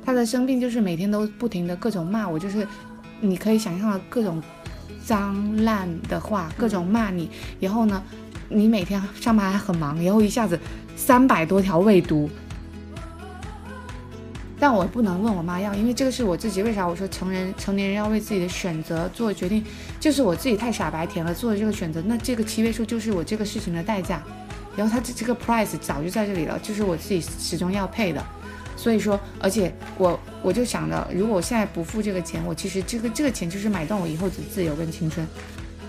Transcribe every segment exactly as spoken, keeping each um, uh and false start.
他的生病就是每天都不停的各种骂我，就是你可以想象的各种脏烂的话，各种骂你，然后呢你每天上班还很忙，然后一下子三百多条未读，但我不能问我妈要，因为这个是我自己，为啥我说成人成年人要为自己的选择做决定，就是我自己太傻白甜了做的这个选择，那这个七位数就是我这个事情的代价，然后它这个 price 早就在这里了，就是我自己始终要配的。所以说，而且我我就想着，如果我现在不付这个钱，我其实这个这个钱就是买断我以后的自由跟青春。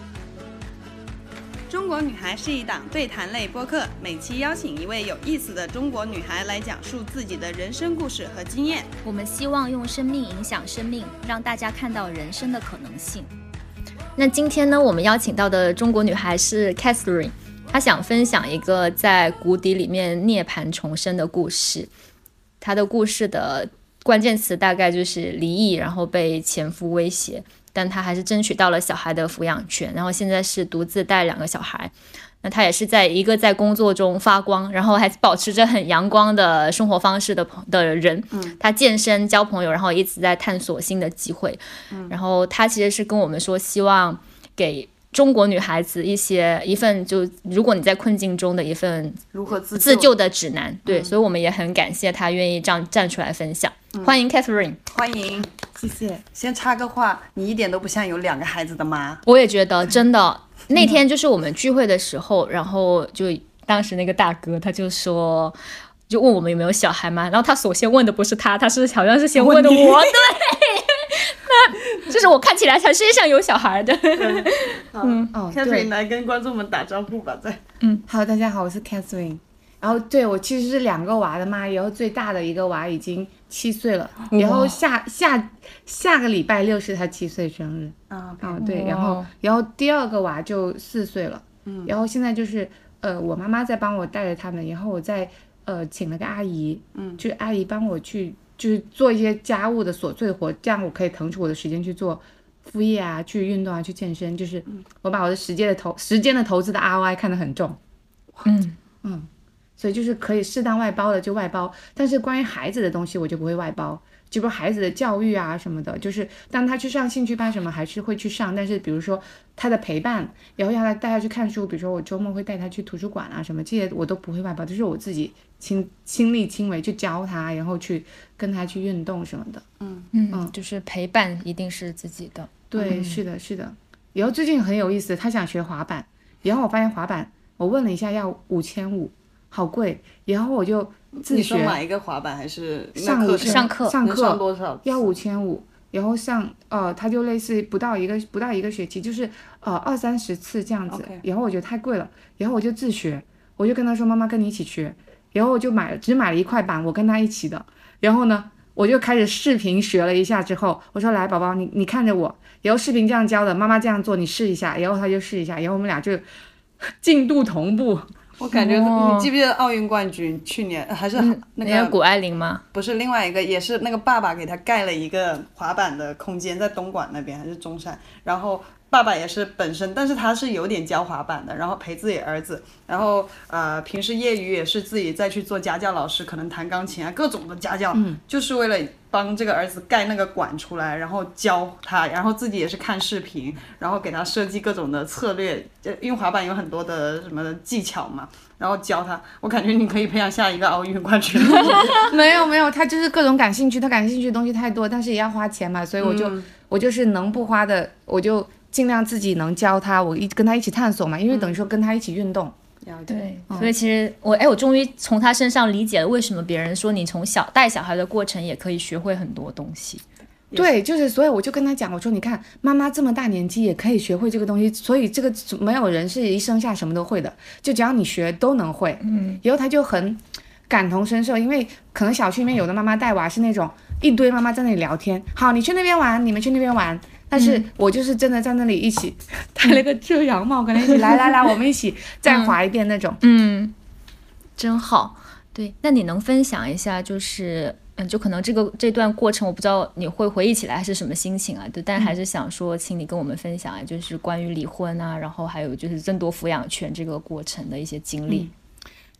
中国女孩是一档对谈类播客，每期邀请一位有意思的中国女孩来讲述自己的人生故事和经验。 我们希望用生命影响生命，让大家看到人生的可能性。那今天呢，我们邀请到的中国女孩是 Catherine， 她想分享一个在谷底里面涅槃重生的故事。她的故事的关键词大概就是离异，然后被前夫威胁，但她还是争取到了小孩的抚养权，然后现在是独自带两个小孩。那她也是在一个在工作中发光，然后还保持着很阳光的生活方式的的人。嗯，她健身交朋友，然后一直在探索新的机会。嗯，然后她其实是跟我们说，希望给中国女孩子一些一份，就如果你在困境中的一份如何自救自救的指南。对、嗯，所以我们也很感谢她愿意这样站出来分享。嗯、欢迎 Catherine， 欢迎， 谢谢。 先插个话，你一点都不像有两个孩子的妈。 我也觉得，真的，那天就是我们聚会的时候，然后就当时那个大哥他就说。就问我们有没有小孩嘛，然后他首先问的不是他，他是好像是先问的我，对，那就是我看起来才是像有小孩的。 嗯，哦 Catherine 来跟观众们打招呼吧，再。 嗯，好，大家好，我是 Catherine。然后对我其实是两个娃的妈，然后最大的一个娃已经七岁了，然后下下下个礼拜六是他七岁生日啊，哦对，然后然后第二个娃就四岁了，嗯，然后现在就是呃我妈妈在帮我带着他们，然后我在。呃，请了个阿姨，嗯，就阿姨帮我去，就是做一些家务的琐碎活，这样我可以腾出我的时间去做副业啊，去运动啊，去健身，就是我把我的时间的投时间的投资的 R O I 看得很重， 嗯嗯，所以就是可以适当外包的就外包，但是关于孩子的东西我就不会外包，就比如孩子的教育啊什么的，就是当他去上兴趣班什么还是会去上，但是比如说他的陪伴，然后让他带他去看书，比如说我周末会带他去图书馆啊什么，这些我都不会外包，就是我自己亲亲力亲为去教他，然后去跟他去运动什么的。 嗯嗯，就是陪伴一定是自己的。 对，嗯、是的，是的。然后最近很有意思，他想学滑板，然后我发现滑板，我问了一下要五千五，好贵，然后我就自学。 你说买一个滑板还是上课上课上课上多少？ 要五千五。然后上呃，他就类似不到一个不到一个学期，就是呃二三十次这样子。Okay. 然后我觉得太贵了，然后我就自学，我就跟他说妈妈跟你一起学，然后我就买了，只买了一块板，我跟他一起的。然后呢，我就开始视频学了一下之后，我说来宝宝你你看着我，然后视频这样教的，妈妈这样做你试一下，然后他就试一下，然后我们俩就进度同步。 我感觉、哦、你记不记得奥运冠军去年还是那个、 嗯、谷爱凌吗？ 不是，另外一个也是那个爸爸给他盖了一个滑板的空间，在东莞那边还是中山，然后爸爸也是本身，但是他是有点教滑板的，然后陪自己儿子，然后呃平时业余也是自己再去做家教老师，可能弹钢琴啊各种的家教、嗯、就是为了帮这个儿子盖那个馆出来，然后教他，然后自己也是看视频，然后给他设计各种的策略，因为滑板有很多的什么技巧嘛，然后教他。我感觉你可以培养下一个奥运冠军。 没有没有，他就是各种感兴趣，他感兴趣的东西太多，但是也要花钱嘛，所以我就、嗯、我就是能不花的我就尽量自己能教他，我一跟他一起探索嘛，因为等于说跟他一起运动。 嗯、对、嗯，所以其实我哎，我终于从他身上理解了为什么别人说你从小带小孩的过程也可以学会很多东西。 对，就是所以我就跟他讲，我说你看妈妈这么大年纪也可以学会这个东西，所以这个没有人是一生下什么都会的，就只要你学都能会。嗯，然后他就很感同身受，因为可能小区里面有的妈妈带娃是那种一堆妈妈在那里聊天，好你去那边玩，你们去那边玩，但是我就是真的在那里一起戴了个遮阳帽，跟他一起来来来我们一起再滑一遍那种。 嗯，嗯真好。对，那你能分享一下就是嗯，就可能这个这段过程我不知道你会回忆起来是什么心情啊，对，但还是想说请你跟我们分享啊，就是关于离婚啊，然后还有就是争夺抚养权这个过程的一些经历。 嗯，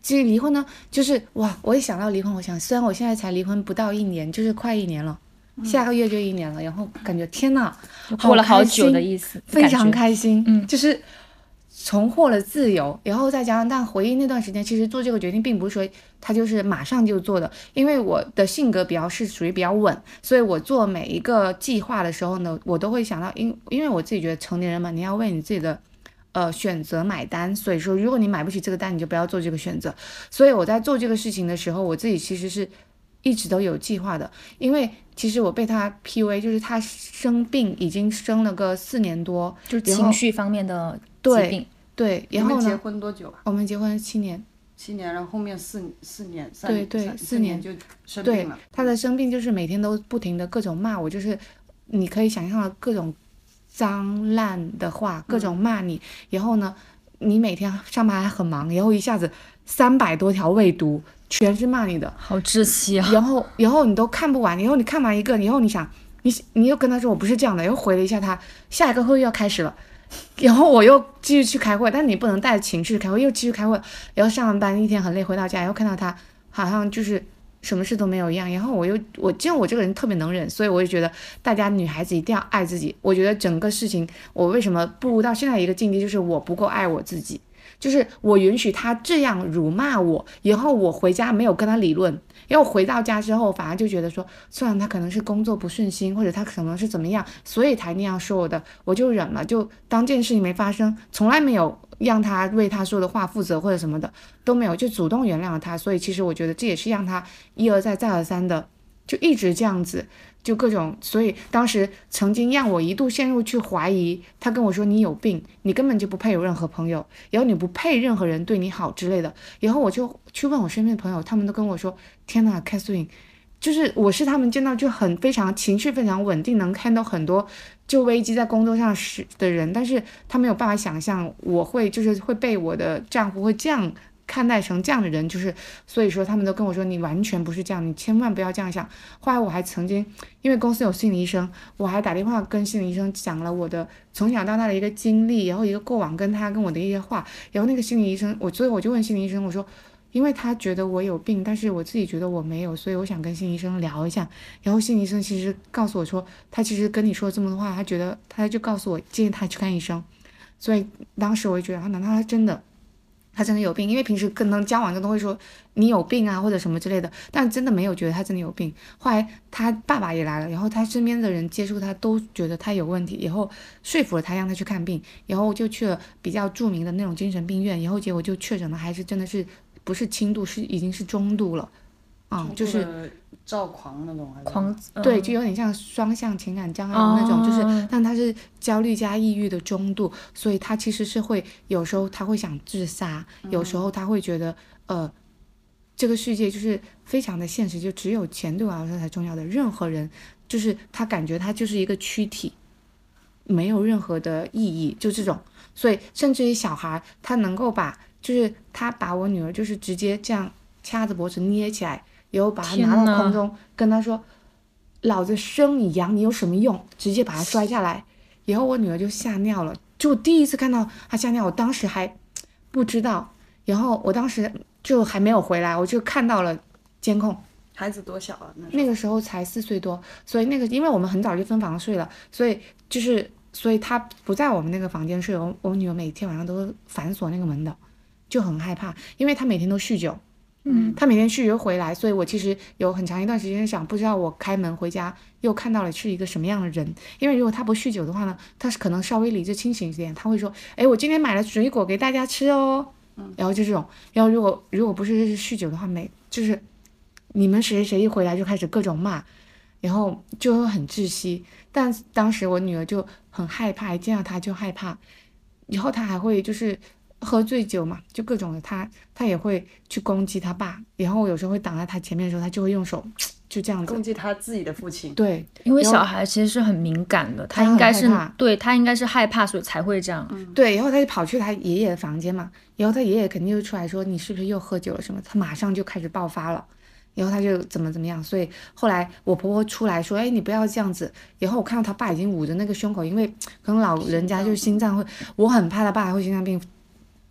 至于离婚呢，就是哇，我一想到离婚，我想虽然我现在才离婚不到一年，就是快一年了，嗯、下个月就一年了，然后感觉天哪， 过了好久的意思， 非常开心， 嗯， 就是重获了自由，然后再加上但回忆那段时间，其实做这个决定并不是说他就是马上就做的，因为我的性格比较是属于比较稳，所以我做每一个计划的时候呢，我都会想到，因因为我自己觉得成年人嘛，你要为你自己的呃选择买单，所以说如果你买不起这个单，你就不要做这个选择。所以我在做这个事情的时候，我自己其实是一直都有计划的，因为其实我被他 P U A， 就是他生病已经生了个四年多， 就是情绪方面的疾病。 对，对，然后呢？ 你们结婚多久啊？ 我们结婚七年。 七年，然后后面四四年，三对对， 四年就生病了。 对，他的生病就是每天都不停的各种骂我，就是你可以想象的各种脏烂的话，各种骂你。嗯、然后呢，你每天上班还很忙，然后一下子三百多条未读，全是骂你的， 好窒息啊！ 然后然后你都看不完，然后你看完一个，然后你想你你又跟他说我不是这样的，又回了一下他，下一个会又要开始了。然后我又继续去开会，但你不能带着情绪开会，又继续开会。然后上完班一天很累，回到家又看到他好像就是什么事都没有一样。然后我又我因为我这个人特别能忍，所以我就觉得大家女孩子一定要爱自己。我觉得整个事情我为什么步入到现在一个境地，就是我不够爱我自己，就是我允许他这样辱骂我，然后我回家没有跟他理论。因为我回到家之后，反而就觉得说，虽然他可能是工作不顺心，或者他可能是怎么样，所以才那样说我的，我就忍了，就当这件事情没发生，从来没有让他为他说的话负责或者什么的都没有，就主动原谅了他。所以其实我觉得这也是让他一而再再而三的就一直这样子，就各种，所以当时曾经让我一度陷入去怀疑，他跟我说你有病，你根本就不配有任何朋友，然后你不配任何人对你好之类的。然后我就去问我身边的朋友，他们都跟我说，天哪 Catherine， 就是我是他们见到就很非常情绪非常稳定，能看到很多就危机在工作上时的人，但是他没有办法想象我会就是会被我的丈夫会这样看待成这样的人，就是所以说他们都跟我说你完全不是这样，你千万不要这样想。后来我还曾经因为公司有心理医生，我还打电话跟心理医生讲了我的从小到大的一个经历，然后一个过往跟他跟我的一些话，然后那个心理医生我所以我就问心理医生，我说因为他觉得我有病，但是我自己觉得我没有，所以我想跟心理医生聊一下。然后心理医生其实告诉我说，他其实跟你说这么多话，他觉得他就告诉我建议他去看医生。所以当时我就觉得，难道他真的他真的有病？因为平时跟他交往都会说你有病啊或者什么之类的，但真的没有觉得他真的有病。后来他爸爸也来了，然后他身边的人接触他都觉得他有问题，然后说服了他让他去看病，然后就去了比较著名的那种精神病院，然后结果就确诊了，还是真的是不是轻度，是已经是中度了。啊、嗯，就是躁狂那种， 狂、 嗯、对，就有点像双向情感障碍的那种，哦、就是，但他是焦虑加抑郁的中度，所以他其实是会有时候他会想自杀，嗯、有时候他会觉得，呃，这个世界就是非常的现实，就只有钱对我来说才重要的，任何人就是他感觉他就是一个躯体，没有任何的意义，就这种，所以甚至于小孩他能够把，就是他把我女儿就是直接这样掐着脖子捏起来。然后把他拿到空中跟他说老子生你养你有什么用，直接把他摔下来。然后我女儿就吓尿了，就第一次看到他吓尿，我当时还不知道，然后我当时就还没有回来，我就看到了监控。 孩子多小啊？那, 那个时候才四岁多，所以那个因为我们很早就分房睡了，所以就是所以他不在我们那个房间睡，我我女儿每天晚上都反锁那个门的，就很害怕，因为他每天都酗酒。嗯，他每天酗酒回来，所以我其实有很长一段时间想，不知道我开门回家又看到了是一个什么样的人。因为如果他不酗酒的话呢，他是可能稍微理智清醒一点，他会说，哎，我今天买了水果给大家吃哦。嗯，然后就这种，然后如果如果不是酗酒的话，没就是你们谁谁一回来就开始各种骂，然后就会很窒息。但当时我女儿就很害怕，一见到他就害怕，以后他还会就是。喝醉酒嘛，就各种的，他他也会去攻击他爸，然后有时候会挡在他前面的时候，他就会用手就这样子攻击他自己的父亲。 对， 因为小孩其实是很敏感的，他应该是对他应该是害怕，所以才会这样。 嗯、对，然后他就跑去他爷爷的房间嘛，然后他爷爷肯定就出来说你是不是又喝酒了什么，他马上就开始爆发了。然后他就怎么怎么样，所以后来我婆婆出来说，哎，你不要这样子。然后我看到他爸已经捂着那个胸口，因为可能老人家就是心脏会，我很怕他爸会心脏病。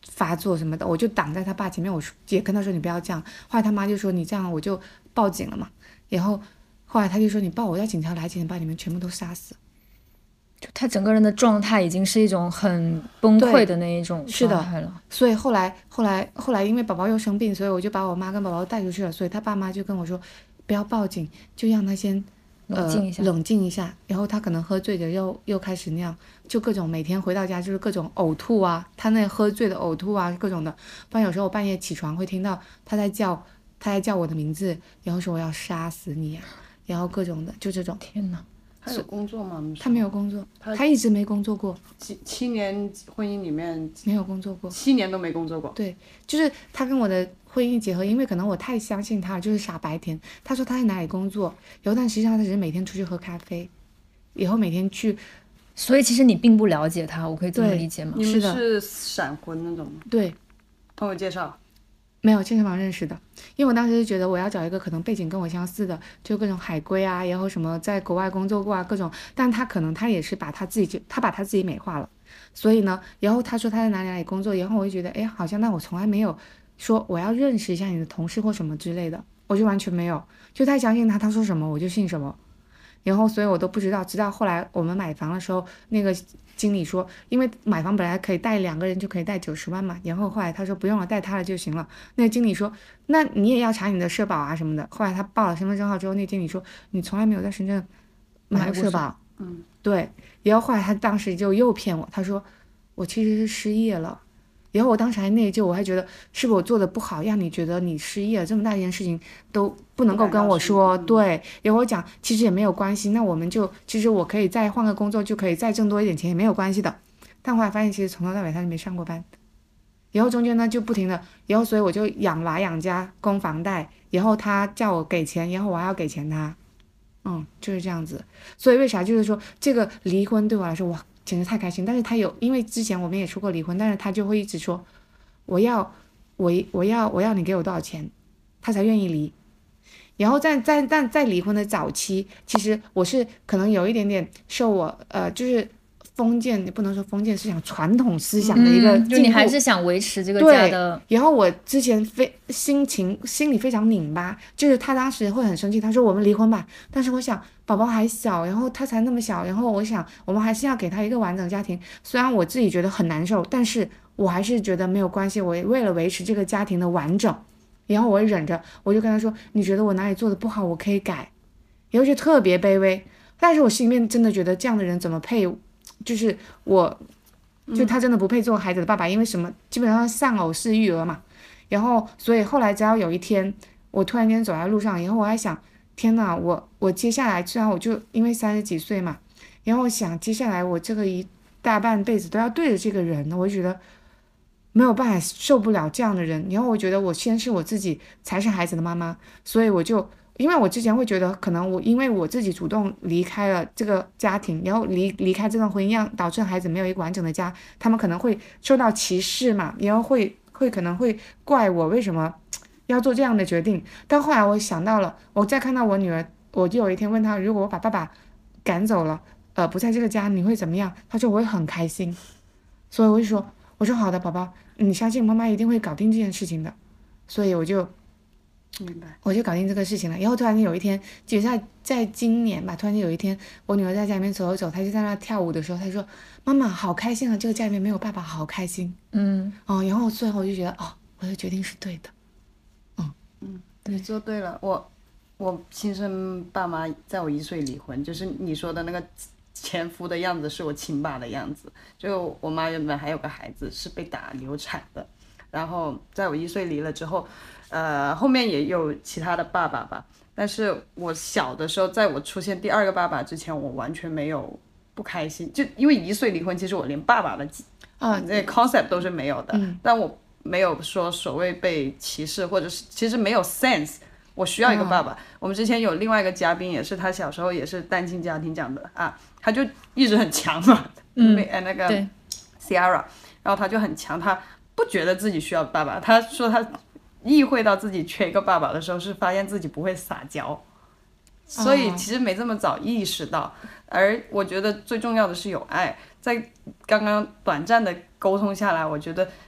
发作什么的，我就挡在他爸前面，我也跟他说你不要这样。后来他妈就说你这样我就报警了嘛，然后后来他就说你报我，要警察来前把你们全部都杀死。 就他整个人的状态已经是一种很崩溃的那一种状态了。 所以后来后来后来因为宝宝又生病，所以我就把我妈跟宝宝带出去了，所以他爸妈就跟我说不要报警，就让他先冷静一下、 呃、冷静一下。然后他可能喝醉的又又开始那样，就各种每天回到家就是各种呕吐啊，他那喝醉的呕吐啊各种的。不然有时候我半夜起床会听到他在叫他在叫我的名字，然后说我要杀死你啊，然后各种的就这种。 天哪， 他有工作吗？ 他没有工作，他一直没工作过。 七七年婚姻里面没有工作过， 七年都没工作过。 对，就是他跟我的婚姻结合，因为可能我太相信他了，就是傻白甜。他说他在哪里工作，然后但实际上他只是每天出去喝咖啡，以后每天去。 所以其实你并不了解他，我可以这么理解吗？ 你们是闪婚那种吗？ 对， 朋友介绍。 没有，健身房认识的。因为我当时就觉得我要找一个可能背景跟我相似的，就各种海归啊，然后什么在国外工作过啊各种，但他可能他也是把他自己他把他自己美化了，所以呢，然后他说他在哪里哪里工作，然后我就觉得哎，好像那我从来没有说我要认识一下你的同事或什么之类的，我就完全没有，就太相信他，他说什么我就信什么，然后所以我都不知道，直到后来我们买房的时候，那个经理说，因为买房本来可以贷两个人就可以贷九十万嘛，然后后来他说不用了，贷他了就行了。那个经理说，那你也要查你的社保啊什么的。后来他报了身份证号之后，那个经理说，你从来没有在深圳买过社保。 嗯， 对。然后后来他当时就又骗我，他说我其实是失业了。然后我当时还内疚，我还觉得是不是我做的不好，让你觉得你失业了，这么大一件事情都不能够跟我说。 嗯、 对，然后我讲其实也没有关系，那我们就其实我可以再换个工作，就可以再挣多一点钱，也没有关系的。但后来发现其实从头到尾他是没上过班，然后中间呢就不停的，然后所以我就养娃养家供房贷，然后他叫我给钱，然后我还要给钱他，嗯，就是这样子。所以为啥就是说这个离婚对我来说哇简直太开心，但是他有，因为之前我们也说过离婚，但是他就会一直说我要我我要我要你给我多少钱他才愿意离。然后在在在在离婚的早期，其实我是可能有一点点受我呃就是封建，也不能说封建思想，传统思想的一个、嗯、 就你还是想维持这个家的。 然后我之前非心情心里非常拧巴，就是他当时会很生气，他说我们离婚吧，但是我想宝宝还小，然后他才那么小，然后我想我们还是要给他一个完整家庭，虽然我自己觉得很难受，但是我还是觉得没有关系，我为了维持这个家庭的完整，然后我忍着，我就跟他说你觉得我哪里做的不好我可以改，然后就特别卑微，但是我心里面真的觉得这样的人怎么配，就是我就他真的不配做孩子的爸爸、嗯、因为什么基本上丧偶式育儿嘛。然后所以后来只要有一天我突然间走在路上，然后我还想天哪，我我接下来虽然我就因为三十几岁嘛，然后我想接下来我这个一大半辈子都要对着这个人，我就觉得没有办法，受不了这样的人。然后我觉得我先是我自己才是孩子的妈妈，所以我就因为我之前会觉得可能我因为我自己主动离开了这个家庭，然后离离开这段婚姻，让导致孩子没有一个完整的家，他们可能会受到歧视嘛，然后会会可能会怪我为什么要做这样的决定。但后来我想到了，我再看到我女儿，我就有一天问她，如果我把爸爸赶走了，呃，不在这个家，你会怎么样？她说我会很开心。所以我就说，我说好的，宝宝，你相信妈妈一定会搞定这件事情的。所以我就明白， 我就搞定这个事情了。然后突然间有一天，就在在今年吧，突然间有一天，我女儿在家里面走一走，她就在那跳舞的时候，她说：“妈妈，好开心啊！这个家里面没有爸爸，好开心。” 嗯， 哦，然后最后我就觉得，哦，我的决定是对的。嗯嗯，你做对了。我我亲生爸妈在我一岁离婚，就是你说的那个前夫的样子是我亲爸的样子。就我妈原本还有个孩子是被打流产的，然后在我一岁离了之后。呃，后面也有其他的爸爸吧，但是我小的时候，在我出现第二个爸爸之前，我完全没有不开心，就因为一岁离婚，其实我连爸爸的啊那 concept 都是没有的、嗯，但我没有说所谓被歧视，或者是其实没有 sense， 我需要一个爸爸、嗯。我们之前有另外一个嘉宾，也是他小时候也是单亲家庭讲的啊，他就一直很强嘛， 嗯， 那个 Ciara， 然后他就很强，他不觉得自己需要爸爸，他说他。意会到自己缺一个爸爸的时候，是发现自己不会撒娇，所以其实没这么早意识到。而我觉得最重要的是有爱，在刚刚短暂的沟通下来，我觉得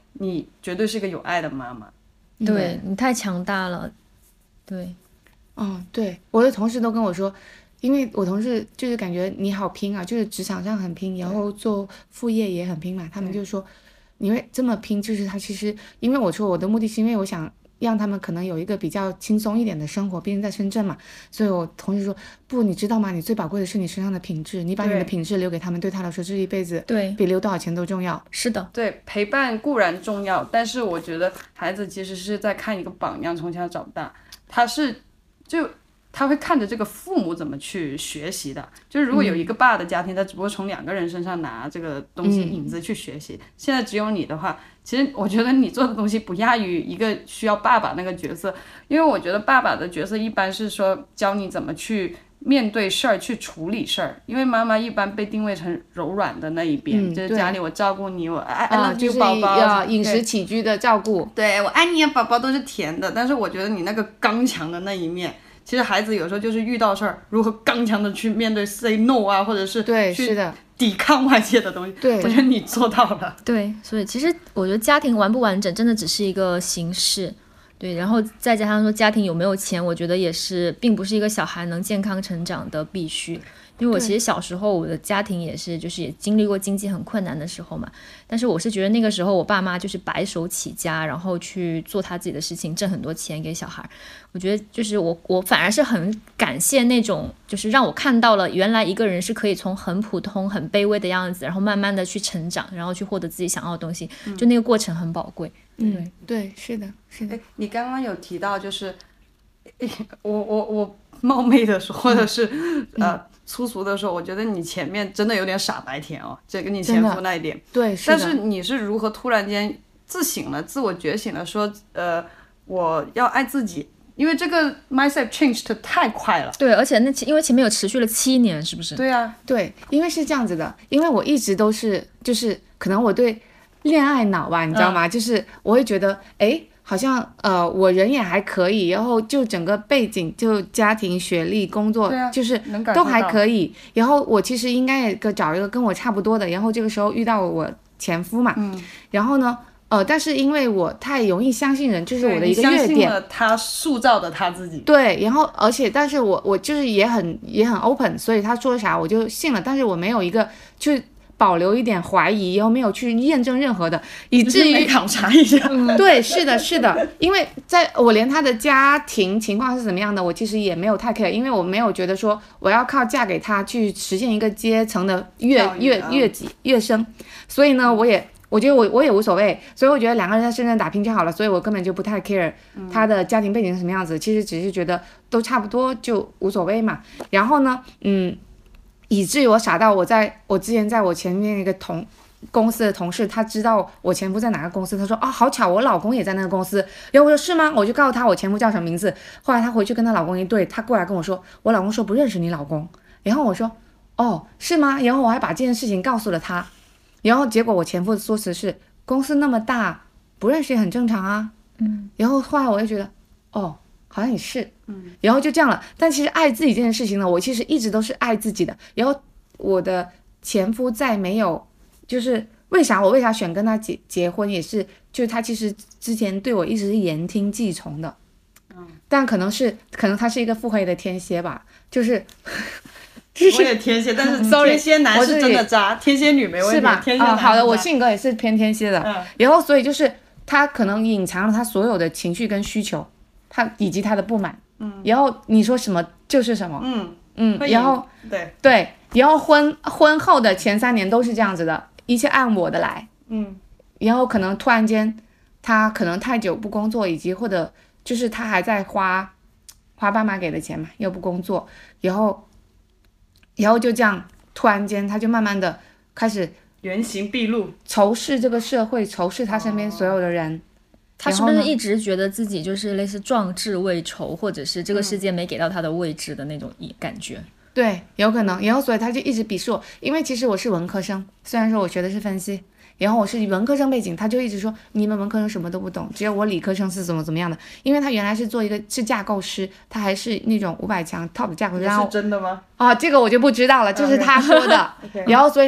你绝对是个有爱的妈妈。 对，你太强大了。对， 嗯，对，我的同事都跟我说，因为我同事就是感觉你好拼啊，就是职场上很拼，然后做副业也很拼嘛，他们就说你会这么拼，就是他其实，因为我说我的目的是因为我想让他们可能有一个比较轻松一点的生活，毕竟在深圳嘛，所以我同事说不，你知道吗？你最宝贵的是你身上的品质，你把你的品质留给他们，对他来说这一辈子对比留多少钱都重要。 是的， 对，陪伴固然重要，但是我觉得孩子其实是在看一个榜样，从小长大，他是就他会看着这个父母怎么去学习的。就是如果有一个爸的家庭，他只不过从两个人身上拿这个东西影子去学习，嗯、现在只有你的话，其实我觉得你做的东西不亚于一个需要爸爸那个角色，因为我觉得爸爸的角色一般是说教你怎么去面对事儿，去处理事儿，因为妈妈一般被定位成柔软的那一边，嗯、就是家里我照顾你，我爱爱就是宝宝， 要饮食起居的照顾， 对，我爱你啊，宝宝都是甜的。但是我觉得你那个刚强的那一面，其实孩子有时候就是遇到事儿，如何刚强的去面对 say no 啊，或者是对， 去是的， 抵抗外界的东西。 对， 我觉得你做到了。 对，所以其实我觉得家庭完不完整真的只是一个形式。对，然后再加上说家庭有没有钱，我觉得也是并不是一个小孩能健康成长的必须。因为我其实小时候我的家庭也是就是也经历过经济很困难的时候嘛，但是我是觉得那个时候我爸妈就是白手起家，然后去做他自己的事情，挣很多钱给小孩。我觉得就是我我反而是很感谢那种就是让我看到了原来一个人是可以从很普通很卑微的样子，然后慢慢的去成长，然后去获得自己想要的东西，嗯、就那个过程很宝贵。 嗯，对，对，是的，是的。 你刚刚有提到就是我我我冒昧的说，或者是、嗯、呃粗俗的说，我觉得你前面真的有点傻白甜哦，这跟你前夫那一点。 对，是的。但是你是如何突然间自省了、自我觉醒了，说呃我要爱自己？因为这个 mindset change 的太快了。 对，而且那因为前面有持续了七年，是不是？ 对啊， 对，因为是这样子的，因为我一直都是就是可能我对恋爱脑吧，你知道吗？嗯、就是我会觉得哎。好像呃，我人也还可以，然后就整个背景就家庭、学历、工作， 啊、 就是都还可以。然后我其实应该也找一个跟我差不多的。然后这个时候遇到我前夫嘛， 嗯， 然后呢，呃，但是因为我太容易相信人，这是我的一个弱点。 相信了他塑造的他自己。 对，然后而且但是我我就是也很也很 open， 所以他说啥我就信了，但是我没有一个就。保留一点怀疑，然后没有去验证任何的，以至于考察一下。 对，是的，是的，因为在我连他的家庭情况是怎么样的，我其实也没有太 care， 因为我没有觉得说我要靠嫁给他去实现一个阶层的跃跃跃级跃升，所以呢，我也我觉得我我也无所谓，所以我觉得两个人在深圳打拼就好了，所以我根本就不太 care 他的家庭背景是什么样子，其实只是觉得都差不多就无所谓嘛。然后呢，嗯。以至于我傻到我在我之前在我前面一个同公司的同事，他知道我前夫在哪个公司，他说啊、哦、好巧，我老公也在那个公司。然后我说是吗？我就告诉他我前夫叫什么名字。后来他回去跟他老公一对，他过来跟我说，我老公说不认识你老公。然后我说哦是吗？然后我还把这件事情告诉了他。然后结果我前夫的说辞是公司那么大，不认识也很正常啊。 嗯。 然后后来我就觉得哦。好像也是， 嗯， 然后就这样了。但其实爱自己这件事情呢，我其实一直都是爱自己的。然后我的前夫在没有，就是为啥我为啥选跟他结结婚，也是就是他其实之前对我一直是言听计从的， 嗯， 但可能是可能他是一个腹黑的天蝎吧，就是。 我也天蝎，但是天蝎男是真的渣，天蝎女没问题， 是吧？ 天蝎男、 哦、好的，我性格也是偏天蝎的， 嗯， 然后所以就是他可能隐藏了他所有的情绪跟需求。他以及他的不满， 嗯， 然后你说什么就是什么， 嗯嗯，然后对对，然后婚婚后的前三年都是这样子的，一切按我的来， 嗯， 然后可能突然间他可能太久不工作，以及或者就是他还在花花爸妈给的钱嘛，又不工作，然后然后就这样突然间他就慢慢的开始原形毕露， 仇视这个社会，仇视他身边所有的人。哦， 他是不是一直觉得自己就是类似壮志未酬，或者是这个世界没给到他的位置的那种感觉？ 嗯、对，有可能。然后所以他就一直鄙视我，因为其实我是文科生，虽然说我学的是分析，然后我是文科生背景，他就一直说你们文科生什么都不懂，只有我理科生是怎么怎么样的。因为他原来是做一个是架构师，他还是那种五百强 top 的架构师。然后是真的吗？ 啊，这个我就不知道了，这是他说的。 okay. 然后所以呢，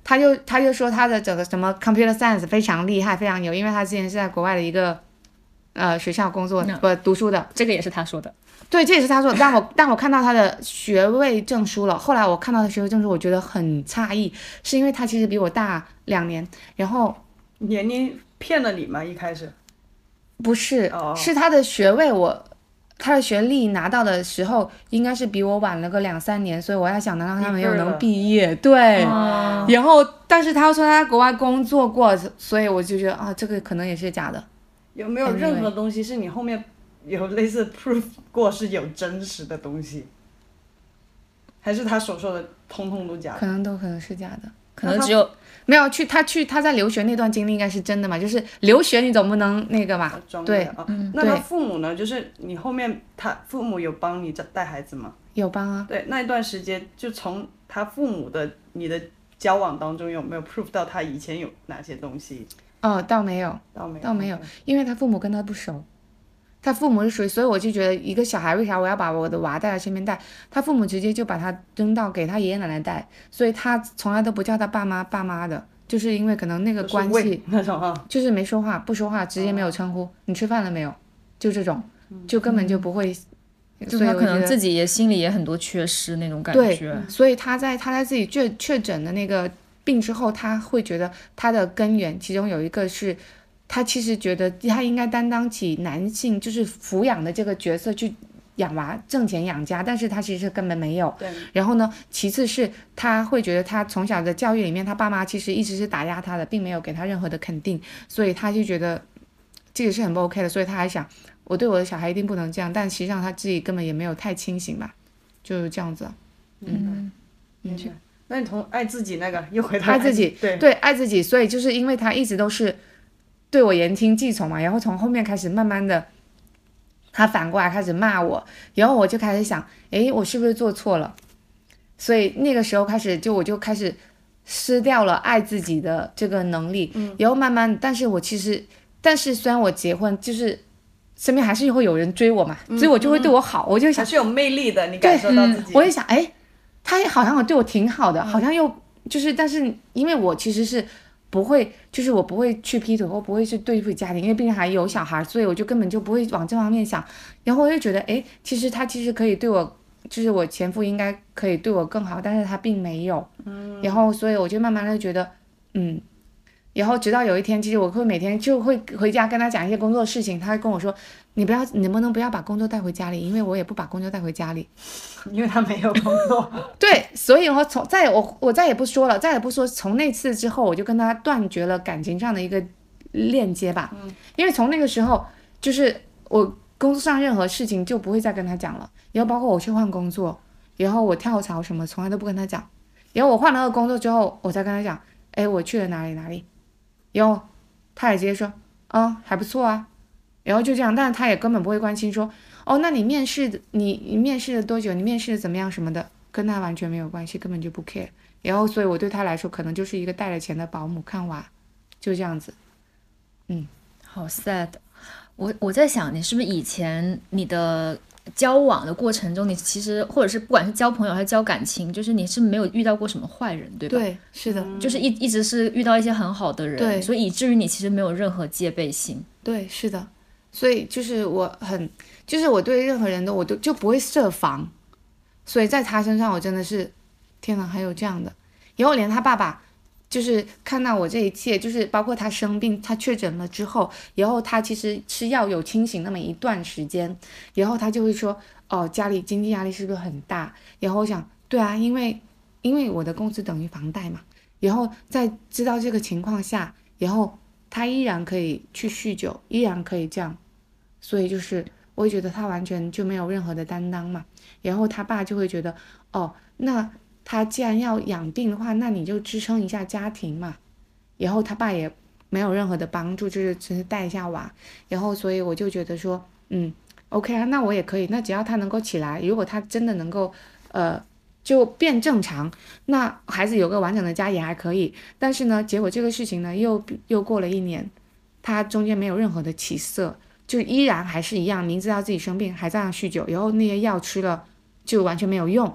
他就他就说他的整个什么 computer science 非常厉害非常牛，因为他之前是在国外的一个呃学校工作、no. 不读书的， 这个也是他说的。 对，这也是他说的，但我但我看到他的学位证书了，后来我看到他的学位证书我觉得很诧异，是因为他其实比我大两年，然后年龄骗了你吗？一开始不是、 oh. 是他的学位，我他的学历拿到的时候应该是比我晚了个两三年，所以我在想难道他没有能毕业，对、oh. 然后但是他又说他在国外工作过，所以我就觉得啊这个可能也是假的。 有没有任何东西是你后面有类似 proof 过是有真实的东西，还是他所说的通通都假的？ 可能都可能是假的， 可能只有没有去他去他在留学那段经历应该是真的嘛，就是留学你总不能那个吧、 啊、 对、 啊嗯、那他父母呢，就是你后面他父母有帮你带孩子吗？ 有帮啊。 对，那一段时间就从他父母的你的交往当中有没有 proof 到他以前有哪些东西？ 哦，倒没有， 倒没有， 倒没有，因为他父母跟他不熟，他父母是属于，所以我就觉得一个小孩为啥我要把我的娃带在身边带，他父母直接就把他扔到给他爷爷奶奶带，所以他从来都不叫他爸妈爸妈的，就是因为可能那个关系那种啊， 就是没说话不说话，直接没有称呼、哦、你吃饭了没有，就这种，就根本就不会、 嗯、就他可能自己也心里也很多缺失那种感觉。 对，所以他在他在自己确确诊的那个病之后，他会觉得他的根源其中有一个是他其实觉得他应该担当起男性就是抚养的这个角色去养娃挣钱养家，但是他其实根本没有。 对。 然后呢其次是他会觉得他从小的教育里面他爸妈其实一直是打压他的，并没有给他任何的肯定，所以他就觉得这个是很不 OK 的，所以他还想我对我的小孩一定不能这样，但实际上他自己根本也没有太清醒吧，就是这样子。 嗯嗯。那你从爱自己那个又回到爱自己， 对对爱自己，所以就是因为他一直都是对我言听计从嘛，然后从后面开始慢慢的他反过来开始骂我，然后我就开始想诶我是不是做错了，所以那个时候开始就我就开始失掉了爱自己的这个能力、嗯、然后慢慢但是我其实但是虽然我结婚就是身边还是会有人追我嘛、嗯、所以我就会对我好、嗯、我就想还是有魅力的，你感受到自己、 嗯、我也想诶他好像对我挺好的、嗯、好像又就是但是因为我其实是不会就是我不会去劈腿或不会去对付家庭，因为毕竟还有小孩，所以我就根本就不会往这方面想，然后我就觉得诶其实他其实可以对我就是我前夫应该可以对我更好，但是他并没有、嗯、然后所以我就慢慢的觉得嗯然后直到有一天其实我会每天就会回家跟他讲一些工作的事情，他会跟我说你不要你能不能不要把工作带回家里，因为我也不把工作带回家里， 因为他没有工作对，所以我从再我我再也不说了再也不说从那次之后我就跟他断绝了感情上的一个链接吧、嗯、因为从那个时候就是我工作上任何事情就不会再跟他讲了，然后包括我去换工作，然后我跳槽什么从来都不跟他讲，然后我换了个工作之后我才跟他讲诶我去了哪里哪里，然后他也直接说嗯还不错啊，然后就这样，但是他也根本不会关心说哦那你面试的你你面试了多久，你面试的怎么样什么的，跟他完全没有关系，根本就不 care， 然后所以我对他来说可能就是一个带了钱的保姆看娃，就这样子。嗯， 好 sad。 我我在想你是不是以前你的交往的过程中你其实或者是不管是交朋友还是交感情，就是你是没有遇到过什么坏人对吧？ 对，是的、 嗯、就是一一直是遇到一些很好的人， 对， 所以以至于你其实没有任何戒备心。 对，是的，所以就是我很就是我对任何人都我都就不会设防，所以在他身上我真的是天哪还有这样的，然后连他爸爸就是看到我这一切，就是包括他生病他确诊了之后，然后他其实吃药有清醒那么一段时间，然后他就会说哦家里经济压力是不是很大，然后我想对啊，因为因为我的工资等于房贷嘛，然后在知道这个情况下，然后他依然可以去酗酒，依然可以这样，所以就是我会觉得他完全就没有任何的担当嘛，然后他爸就会觉得哦那他既然要养病的话那你就支撑一下家庭嘛，然后他爸也没有任何的帮助，就是只是带一下娃，然后所以我就觉得说嗯 OK 啊，那我也可以，那只要他能够起来，如果他真的能够呃就变正常，那孩子有个完整的家也还可以，但是呢结果这个事情呢又又过了一年，他中间没有任何的起色，就依然还是一样明知道自己生病还这样酗酒，然后那些药吃了就完全没有用，